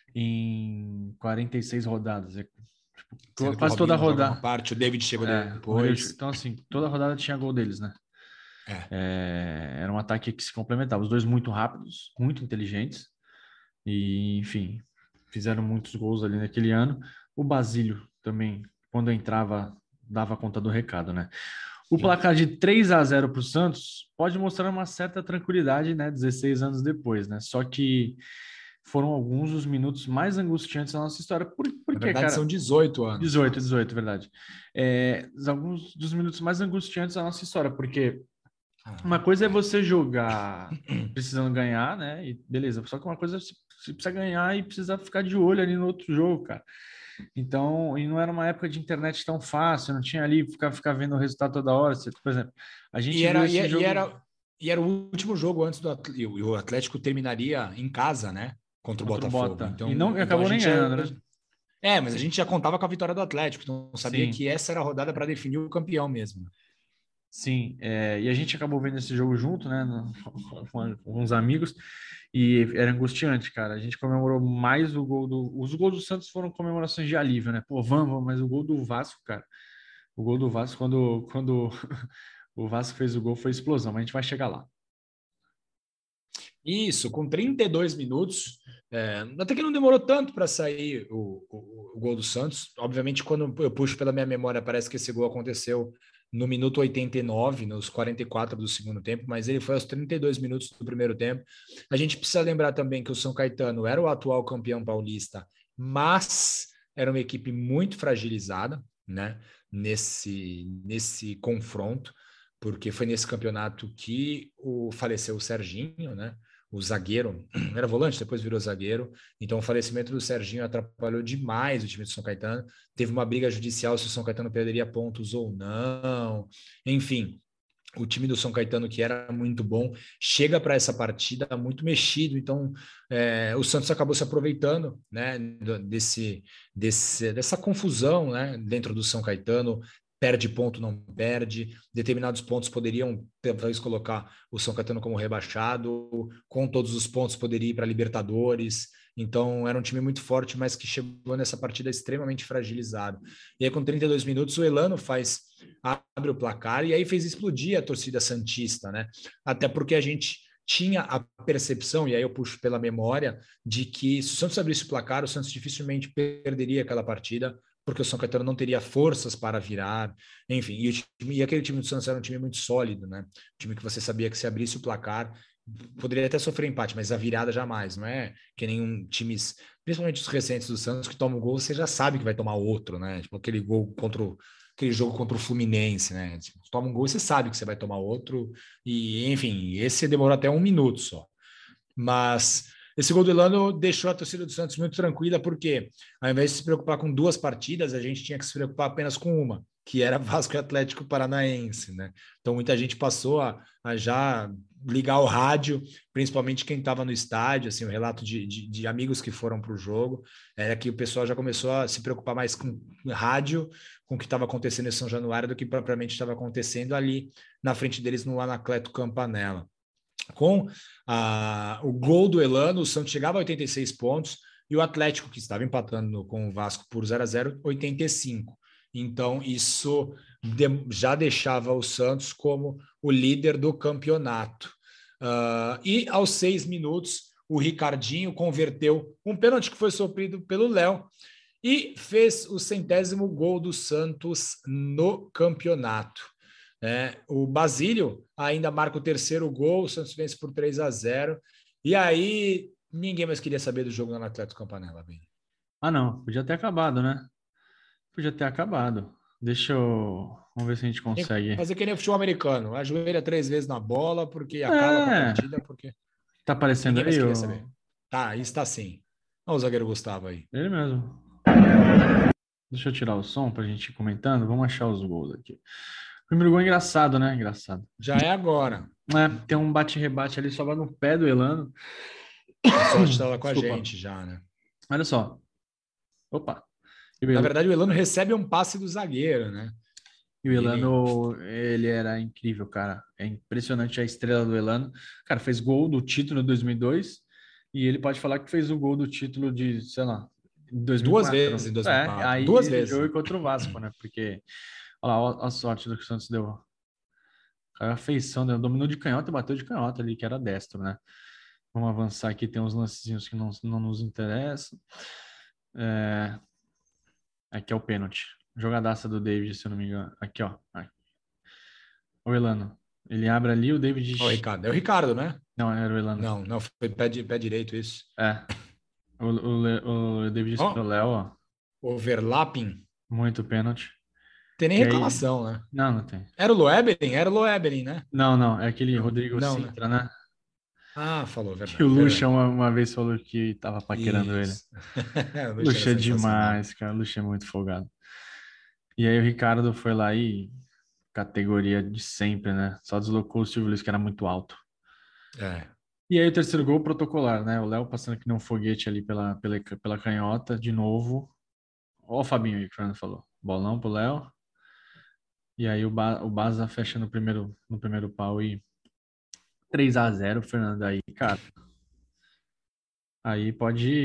em 46 rodadas. Sendo que o Quase Robinho toda a não joga uma rodada. parte, o David chegou depois. Então, assim, toda rodada tinha gol deles, né? É. Era um ataque que se complementava. Os dois muito rápidos, muito inteligentes. E, enfim, fizeram muitos gols ali naquele ano. O Basílio também, quando entrava, dava conta do recado, né? O Sim. placar de 3-0 para o Santos pode mostrar uma certa tranquilidade, né? 16 anos depois, né? Só que foram alguns dos minutos mais angustiantes da nossa história. Por Na quê, verdade, cara? são 18 anos, 18, quase. 18, verdade. Alguns dos minutos mais angustiantes da nossa história, porque uma coisa é você jogar precisando ganhar, né? E beleza, só que uma coisa é você precisa ganhar e precisa ficar de olho ali no outro jogo, cara. Então, e não era uma época de internet tão fácil, não tinha ali ficar vendo o resultado toda hora. Por exemplo, a E gente viu era, esse e, e jogo. era, e era o último jogo antes e o Atlético terminaria em casa, né? Contra o Contra o Botafogo. Bota. E Então, não então a acabou nem gente ganhando, né? mas a gente já contava com a vitória do Atlético, então sabia Sim, que essa era a rodada para definir o campeão mesmo. sim. E a gente acabou vendo esse jogo junto, né? Com uns amigos. E era angustiante, cara. A gente comemorou mais o gol do. Os gols do Santos foram comemorações de alívio, né? Pô, vamos, mas o gol do Vasco, cara. O gol do Vasco, quando o Vasco fez o gol, foi explosão, mas a gente vai chegar lá. Isso, com 32 minutos, até que não demorou tanto para sair o gol do Santos. Obviamente, quando eu puxo pela minha memória, parece que esse gol aconteceu no minuto 89, nos 44 do segundo tempo, mas ele foi aos 32 minutos do primeiro tempo. A gente precisa lembrar também que o São Caetano era o atual campeão paulista, mas era uma equipe muito fragilizada, né, nesse confronto, porque foi nesse campeonato que faleceu o Serginho, né? O zagueiro, era volante, depois virou zagueiro. Então, o falecimento do Serginho atrapalhou demais o time do São Caetano. Teve uma briga judicial se o São Caetano perderia pontos ou não. Enfim, o time do São Caetano, que era muito bom, chega para essa partida muito mexido. Então, o Santos acabou se aproveitando, né, dessa confusão, né, dentro do São Caetano. Perde ponto, não perde. Determinados pontos poderiam, talvez, colocar o São Caetano como rebaixado. Com todos os pontos, poderia ir para Libertadores. Então, era um time muito forte, mas que chegou nessa partida extremamente fragilizado. E aí, com 32 minutos, o Elano abre o placar e aí fez explodir a torcida santista, né? Até porque a gente tinha a percepção, e aí eu puxo pela memória, de que se o Santos abrisse o placar, o Santos dificilmente perderia aquela partida, porque o São Caetano não teria forças para virar, enfim, e aquele time do Santos era um time muito sólido, né? Um time que você sabia que se abrisse o placar, poderia até sofrer empate, mas a virada jamais, não é que nenhum times, principalmente os recentes do Santos, que tomam um gol, você já sabe que vai tomar outro, né? Tipo aquele gol aquele jogo contra o Fluminense, né? Tipo, toma um gol, você sabe que você vai tomar outro, e enfim, esse demorou até 1 minuto só. Mas esse gol do Elano deixou a torcida do Santos muito tranquila, porque ao invés de se preocupar com 2 partidas, a gente tinha que se preocupar apenas com uma, que era Vasco e Atlético Paranaense, né? Então muita gente passou a já ligar o rádio, principalmente quem estava no estádio, assim, o relato de amigos que foram para o jogo, era que o pessoal já começou a se preocupar mais com rádio, com o que estava acontecendo em São Januário, do que propriamente estava acontecendo ali na frente deles no Anacleto Campanella. Com o gol do Elano, o Santos chegava a 86 pontos e o Atlético, que estava empatando com o Vasco por 0-0, 85. Então, isso já deixava o Santos como o líder do campeonato. E aos 6 minutos, o Ricardinho converteu um pênalti que foi sofrido pelo Léo e fez o 100º gol do Santos no campeonato. O Basílio ainda marca o terceiro gol, o Santos vence por 3-0. E aí, ninguém mais queria saber do jogo no Atlético Campanella, bem. Ah, não, podia ter acabado, né? Podia ter acabado. Deixa eu. Vamos ver se a gente Tem que consegue. fazer que nem o futebol americano, ajoelha 3 vezes na bola, porque acaba com a É, partida, porque tá aparecendo ninguém mais aí, queria saber. Tá, está sim. Olha o zagueiro Gustavo aí. ele mesmo. Deixa eu tirar o som pra gente ir comentando. Vamos achar os gols aqui. O primeiro gol é engraçado, né? Engraçado. Já é agora. Tem um bate-rebate ali, só vai no pé do Elano. A sorte estava com a Desculpa. gente já, né? Olha só. Opa. E o Na Elano, verdade, o Elano recebe um passe do zagueiro, né? e o E ele Elano, ele era incrível, cara. É impressionante a estrela do Elano. Cara, fez gol do título em 2002 e ele pode falar que fez o gol do título de, sei lá, em 2 2004. vezes em 2004. Aí Duas esse vezes. jogo é contra o Vasco, né? Porque, olha lá, a sorte do que o Santos deu. Cara, a feição, né? Dominou de canhota e bateu de canhota ali, que era destro, né? Vamos avançar aqui, tem uns lancezinhos que não nos interessam. Aqui é o pênalti. Jogadaça do David, se eu não me engano. Aqui, ó. O Elano. Ele abre ali, o David. Ó, o Ricardo. É o Ricardo, né? Não, era o Elano. Não, não, foi pé direito isso. É. O David disse pro Ó, Léo, ó, overlapping. muito pênalti. Tem nem E aí, reclamação, né? não tem. Era o Loeberin? Era o Loeberin, né? Não, não, é aquele Não, Rodrigo não, né? Sintra, né? Ah, falou, Que o verdade, Lucha verdade. uma vez falou que tava paquerando ele. Isso. O Lucha era Lucha é sensacional. demais, cara. Lucha é muito folgado. E aí o Ricardo foi lá e categoria de sempre, né? Só deslocou o Silvio Luiz, que era muito alto. É. E aí o terceiro gol protocolar, né? O Léo passando que nem um foguete ali pela canhota, de novo. Ó o Fabinho aí que o Fernando falou. Bolão pro Léo. E aí o Baza fecha no primeiro pau e 3-0 Fernando, aí, cara. Aí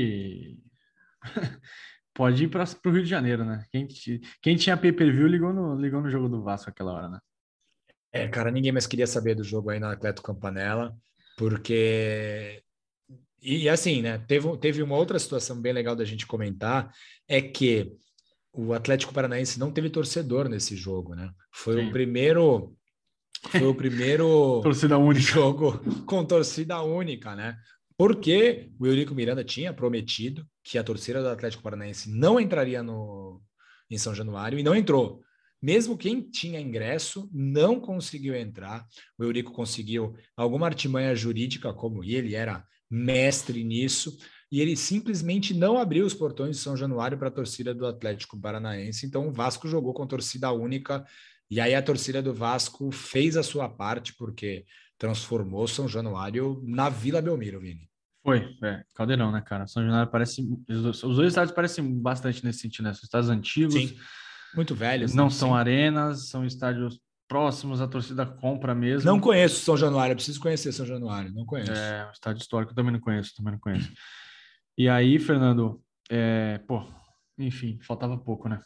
pode ir para o Rio de Janeiro, né? Quem tinha pay-per-view ligou no jogo do Vasco aquela hora, né? É, cara, ninguém mais queria saber do jogo aí no Atlético Campanella, porque. E assim, né? Teve uma outra situação bem legal da gente comentar, é que o Atlético Paranaense não teve torcedor nesse jogo, né? Sim. Foi o primeiro Torcida única. jogo com torcida única, né? Porque o Eurico Miranda tinha prometido que a torcida do Atlético Paranaense não entraria em São Januário e não entrou. Mesmo quem tinha ingresso não conseguiu entrar. O Eurico conseguiu alguma artimanha jurídica, como ele era mestre nisso, e ele simplesmente não abriu os portões de São Januário para a torcida do Atlético Paranaense. Então o Vasco jogou com torcida única e aí a torcida do Vasco fez a sua parte, porque transformou São Januário na Vila Belmiro, Vini. Foi, Caldeirão, né, cara? São Januário parece. Os dois estádios parecem bastante nesse sentido, né? São estádios antigos, Sim, muito velhos, não né? são Sim. arenas, são estádios próximos, a torcida compra Não mesmo. conheço São Januário, eu preciso conhecer São Januário, não conheço. É um estádio histórico, eu também não conheço, também não conheço. E aí, Fernando, pô, enfim, faltava pouco, né?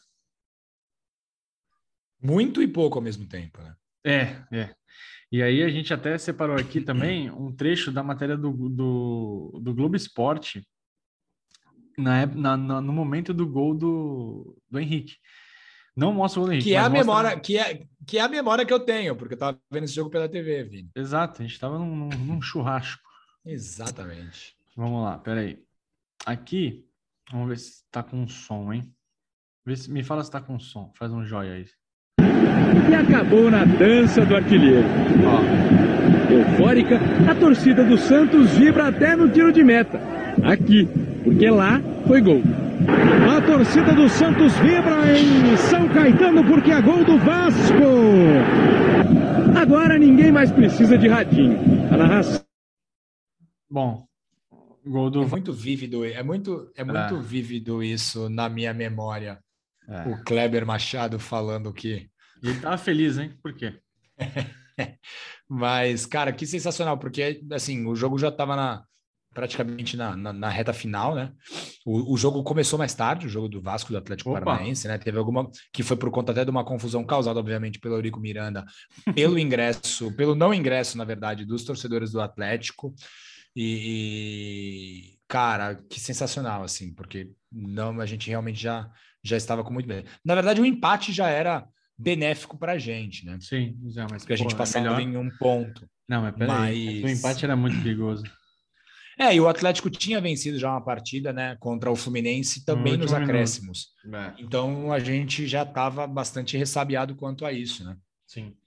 Muito e pouco ao mesmo tempo, né? É. E aí a gente até separou aqui também um trecho da matéria do Globo Esporte no momento do gol do Henrique. Não mostra o gol do Henrique, Que é mas a mostra. memória, que é a memória que eu tenho, porque eu estava vendo esse jogo pela TV, Vini. Exato, a gente estava num churrasco. Exatamente. Vamos lá, peraí. Aqui, vamos ver se tá com som, hein? Me fala se tá com som. Faz um joia aí. E acabou na dança do artilheiro. Ó, Eufórica, a torcida do Santos vibra até no tiro de meta. Aqui, porque lá foi gol. A torcida do Santos vibra em São Caetano porque é gol do Vasco. Agora ninguém mais precisa de radinho. A narração. bom, gol do. É muito vívido, é muito É, vívido isso na minha memória. O é. Kleber Machado falando que. E ele tava feliz, hein? Por quê? Mas, cara, que sensacional, porque assim, o jogo já estava praticamente na reta final, né? O jogo começou mais tarde, o jogo do Vasco do Atlético Opa! Paranaense, né? Teve alguma que foi por conta até de uma confusão causada, obviamente, pelo Eurico Miranda, pelo não ingresso, na verdade, dos torcedores do Atlético. Cara, que sensacional, assim, porque não, a gente realmente já estava com muito bem. Na verdade, o empate já era benéfico para a gente, né? Sim, Zé, mas, Porque a pô, gente é passava melhor. em um ponto. Não, mas peraí. Mas o Mas. empate era muito perigoso. E o Atlético tinha vencido já uma partida, né, contra o Fluminense No também nos último minuto. acréscimos. É, Então a gente já estava bastante ressabiado quanto a isso, né? sim.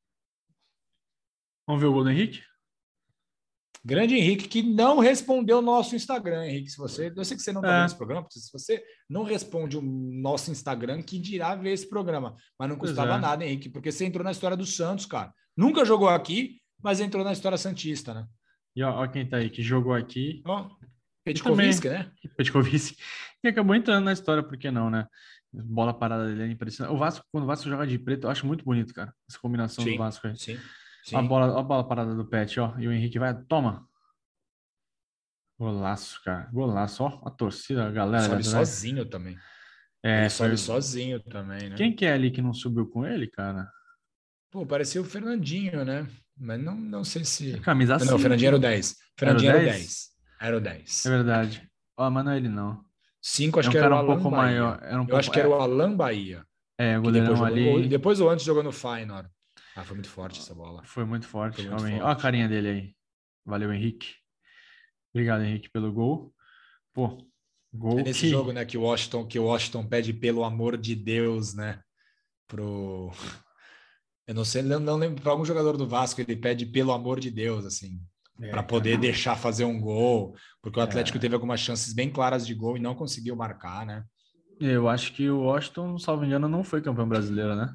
Vamos ver o gol do Henrique? Grande Henrique, que não respondeu o nosso Instagram, Henrique. Eu sei que você não está vendo esse É, programa, porque se você não responde o nosso Instagram, que dirá ver esse programa. Mas não pois custava é. nada, Henrique, porque você entrou na história do Santos, cara. Nunca jogou aqui, mas entrou na história santista, né? E ó quem tá aí, que jogou aqui. Ó, E também, Petkovic, né? Petkovic. E acabou entrando na história, por que não, né? Bola parada dele é impressionante. O Vasco, quando o Vasco joga de preto, eu acho muito bonito, cara. Essa combinação do Sim, Vasco aí. sim, Ó sim. a bola parada do Pet, ó. E o Henrique vai, toma. Golaço, cara. Golaço, ó. A torcida, a galera Sobe atrás. sozinho também. É, Ele foi. sobe sozinho também, né? Quem que é ali que não subiu com ele, cara? Pô, parecia o Fernandinho, né? Mas não sei A se. camisa Não, o Fernandinho era o 5. 10. Era o Fernandinho era o 10? 10. Era o É 10. verdade. Ó, mas não é ele, não. 5 É acho um que era cara o um Alan pouco Bahia. maior. Era um Eu acho pouco. que era o Alan Bahia, O que depois goleirão jogou. Ou ali depois ou antes jogou no Feyenoord. Ah, foi muito forte essa bola. foi muito Foi forte. muito Ó a forte. carinha dele aí. Valeu, Henrique. Obrigado, Henrique, pelo gol. Pô, É gol nesse que... jogo, né, que o Washington pede pelo amor de Deus, né, pro... Eu não sei, não lembro, para algum jogador do Vasco, ele pede pelo amor de Deus, assim, para Cara. poder deixar fazer um gol, porque o Atlético É, teve algumas chances bem claras de gol e não conseguiu marcar, né? eu acho que o Washington, salvo engano, não foi campeão brasileiro, né?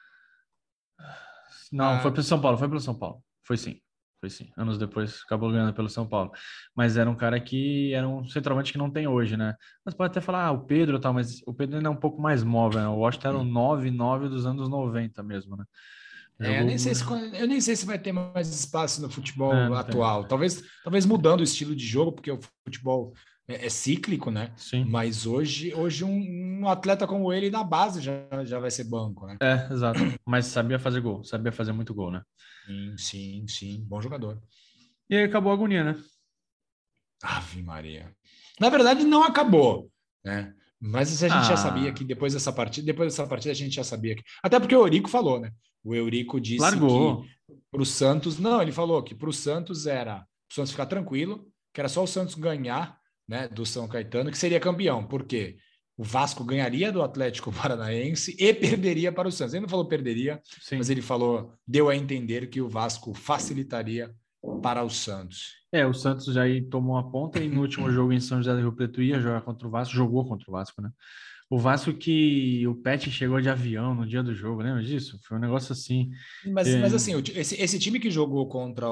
Não, foi Ah, pelo São Paulo, foi pelo São Paulo. Foi sim. Foi sim. Anos depois acabou ganhando pelo São Paulo. Mas era um cara que era um centroavante que não tem hoje, né? Mas pode até falar, o Pedro e tal, mas o Pedro ainda é um pouco mais móvel, né? O Washington era o 9-9 dos anos 90 mesmo, né? eu Jogou. nem sei se, eu nem sei se vai ter mais espaço no É, futebol não tem. atual. Talvez mudando o estilo de jogo, porque o futebol é cíclico, né? Sim. Mas hoje um atleta como ele na base já vai ser banco, né? É, exato. Mas sabia fazer gol, sabia fazer muito gol, né? Sim, sim, sim. Bom jogador. E aí acabou a agonia, né? Ave Maria. Na verdade, não acabou, né? Mas a gente já sabia Ah, que depois dessa partida a gente já sabia que. Até porque o Eurico falou, né? O Eurico disse que largou. para o Santos, não, ele falou que para o Santos era o Santos ficar tranquilo, que era só o Santos ganhar, né, do São Caetano, que seria campeão. Por quê? O Vasco ganharia do Atlético Paranaense e perderia para o Santos. Ele não falou perderia, mas Sim. ele falou, deu a entender que o Vasco facilitaria para o Santos. É, o Santos já aí tomou a ponta e no último jogo em São José do Rio Preto ia jogar contra o Vasco, jogou contra o Vasco, né? O Vasco que o Pet chegou de avião no dia do jogo, lembra disso? Foi um negócio assim. Mas É, assim, esse time que jogou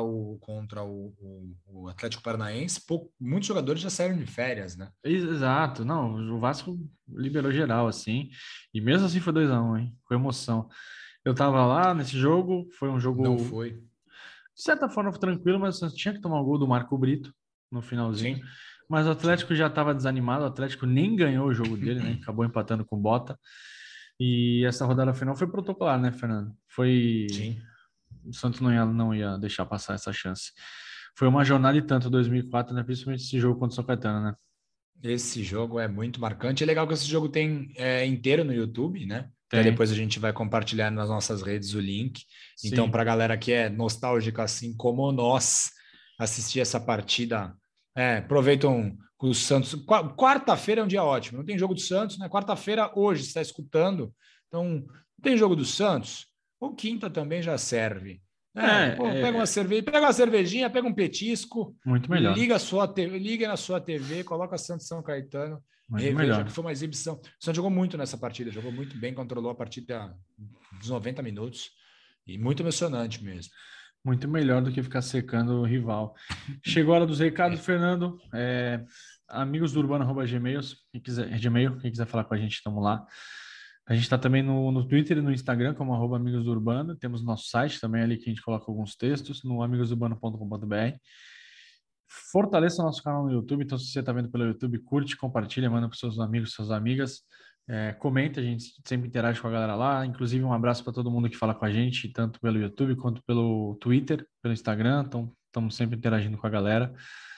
contra o Atlético Paranaense, muitos jogadores já saíram de férias, né? exato, não, o Vasco liberou geral, assim, e mesmo assim foi 2-1, hein? Com emoção. Eu tava lá nesse jogo, foi um Não jogo, foi. de certa forma, tranquilo, mas o Santos tinha que tomar o gol do Marco Brito no finalzinho. Sim, Mas o sim, Atlético já estava desanimado, o Atlético nem ganhou o jogo dele, né? Acabou empatando com o Bota. E essa rodada final foi protocolar, né, Fernando? Foi. sim. O Santos não ia deixar passar essa chance. Foi uma jornada e tanto 2004, né? Principalmente esse jogo contra o São Caetano, né? Esse jogo é muito marcante. É legal que esse jogo tem inteiro no YouTube, né? Até Tem, depois a gente vai compartilhar nas nossas redes o link. Então, sim. para a galera que é nostálgica, assim como nós, assistir essa partida, aproveitam com o Santos. Quarta-feira é um dia ótimo. Não tem jogo do Santos, né? Quarta-feira, hoje, você está escutando. Então, não tem jogo do Santos? Ou quinta também já serve. Pô, É pega uma cervejinha, pega um petisco, muito melhor. liga na sua TV, coloca Santos São Caetano, Muito reveja que melhor. foi uma exibição. O Santos jogou muito nessa partida, jogou muito bem, controlou a partida dos 90 minutos e muito emocionante mesmo. Muito melhor do que ficar secando o rival. Chegou a hora dos recados, Fernando. Amigos do Urbano@gmail, quem quiser falar com a gente, estamos lá. A gente está também no Twitter e no Instagram como @Amigos do Urbano. Temos nosso site também ali que a gente coloca alguns textos no amigosurbano.com.br. Fortaleça o nosso canal no YouTube. Então, se você está vendo pelo YouTube, curte, compartilha, manda para seus amigos, suas amigas. Comenta, a gente sempre interage com a galera lá. Inclusive, um abraço para todo mundo que fala com a gente, tanto pelo YouTube quanto pelo Twitter, pelo Instagram. Então, estamos sempre interagindo com a galera.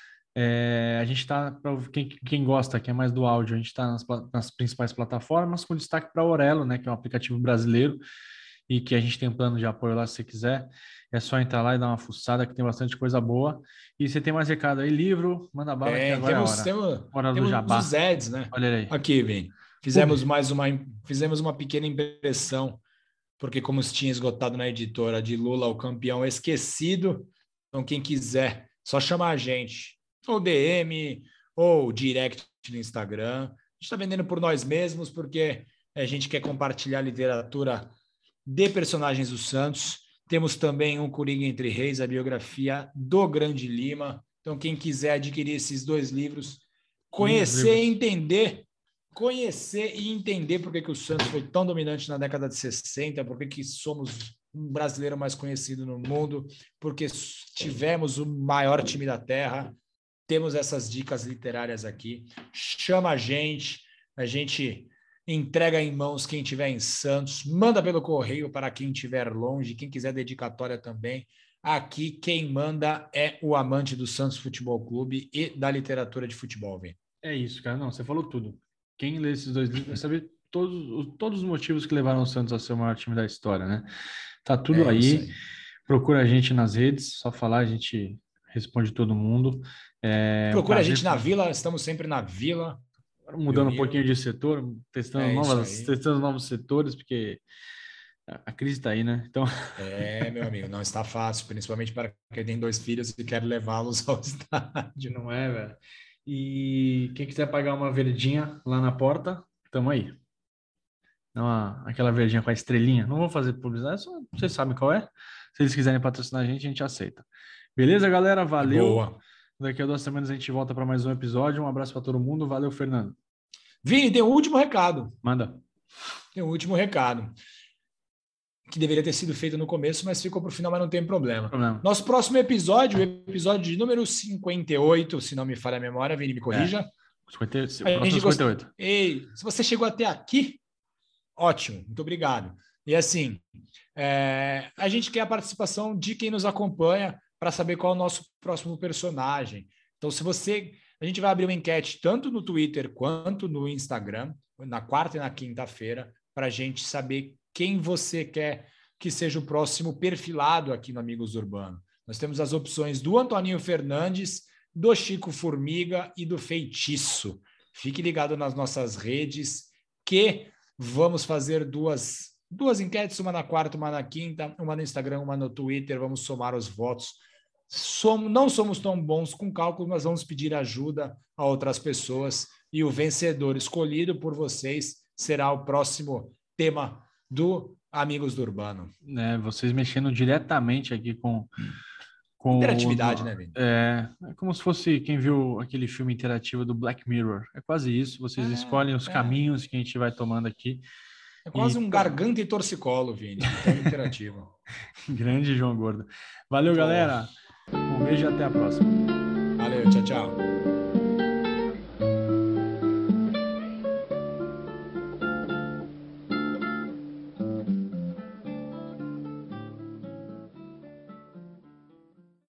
A gente está, para quem gosta, que é mais do áudio, a gente está nas principais plataformas, com destaque para a Aurelo, né, que é um aplicativo brasileiro e que a gente tem um plano de apoio lá se você quiser. É só entrar lá e dar uma fuçada, que tem bastante coisa boa. E você tem mais recado aí, livro, manda bala, que agora é a Temos, hora. temos, Hora do temos os jabá. Eds, né? Olha ele aí. Aqui, Vini. Pub. Fizemos uma pequena impressão, porque como se tinha esgotado na editora de Lula, o campeão esquecido, então quem quiser, só chamar a gente, ou DM, ou direct no Instagram. A gente está vendendo por nós mesmos, porque a gente quer compartilhar a literatura de personagens do Santos. Temos também um Coringa Entre Reis, a biografia do Grande Lima. Então, quem quiser adquirir esses dois livros, Lindos conhecer e livros. entender por que o Santos foi tão dominante na década de 60, por que somos um brasileiro mais conhecido no mundo, porque tivemos o maior time da Terra. Temos essas dicas literárias aqui. Chama a gente entrega em mãos quem estiver em Santos, manda pelo correio para quem estiver longe, quem quiser dedicatória também. Aqui quem manda é o amante do Santos Futebol Clube e da literatura de futebol, velho. É isso, cara. Não, você falou tudo. Quem lê esses dois livros vai saber todos os motivos que levaram o Santos a ser o maior time da história, né? Tá tudo É isso aí. aí. Procura a gente nas redes, só falar, a gente responde todo mundo. Procura a gente na Vila, estamos sempre na Vila. Mudando um pouquinho de setor, testando novos setores, porque a crise está aí, né? Então... meu amigo, não está fácil, principalmente para quem tem 2 filhos e quer levá-los ao estádio. Não é, velho? E quem quiser pagar uma verdinha lá na porta, tamo aí. Aquela verdinha com a estrelinha. Não vou fazer publicidade, só vocês sabem qual é. Se eles quiserem patrocinar a gente aceita. Beleza, galera? Valeu. Boa. Daqui a 2 semanas a gente volta para mais um episódio. Um abraço para todo mundo. Valeu, Fernando. Vini, tem um último recado. Manda. Tem um último recado. Que deveria ter sido feito no começo, mas ficou para o final, mas não tem problema. Nosso próximo episódio, o episódio de número 58, se não me falha a memória, Vini, me corrija. 58. Ei, se você chegou até aqui, ótimo, muito obrigado. E assim, a gente quer a participação de quem nos acompanha para saber qual é o nosso próximo personagem. Então, a gente vai abrir uma enquete tanto no Twitter quanto no Instagram, na quarta e na quinta-feira, para a gente saber quem você quer que seja o próximo perfilado aqui no Amigos Urbano. Nós temos as opções do Antoninho Fernandes, do Chico Formiga e do Feitiço. Fique ligado nas nossas redes, que vamos fazer duas enquetes, uma na quarta, uma na quinta, uma no Instagram, uma no Twitter. Vamos somar os votos. Não somos tão bons com cálculo, mas vamos pedir ajuda a outras pessoas. E o vencedor escolhido por vocês será o próximo tema do Amigos do Urbano. Vocês mexendo diretamente aqui com interatividade, né, Vini? É como se fosse quem viu aquele filme interativo do Black Mirror. É quase isso. Vocês escolhem os caminhos que a gente vai tomando aqui. É quase um garganta e torcicolo, Vini. Tão interativo. Grande João Gordo. Valeu, galera. Um beijo e até a próxima. Valeu, tchau, tchau.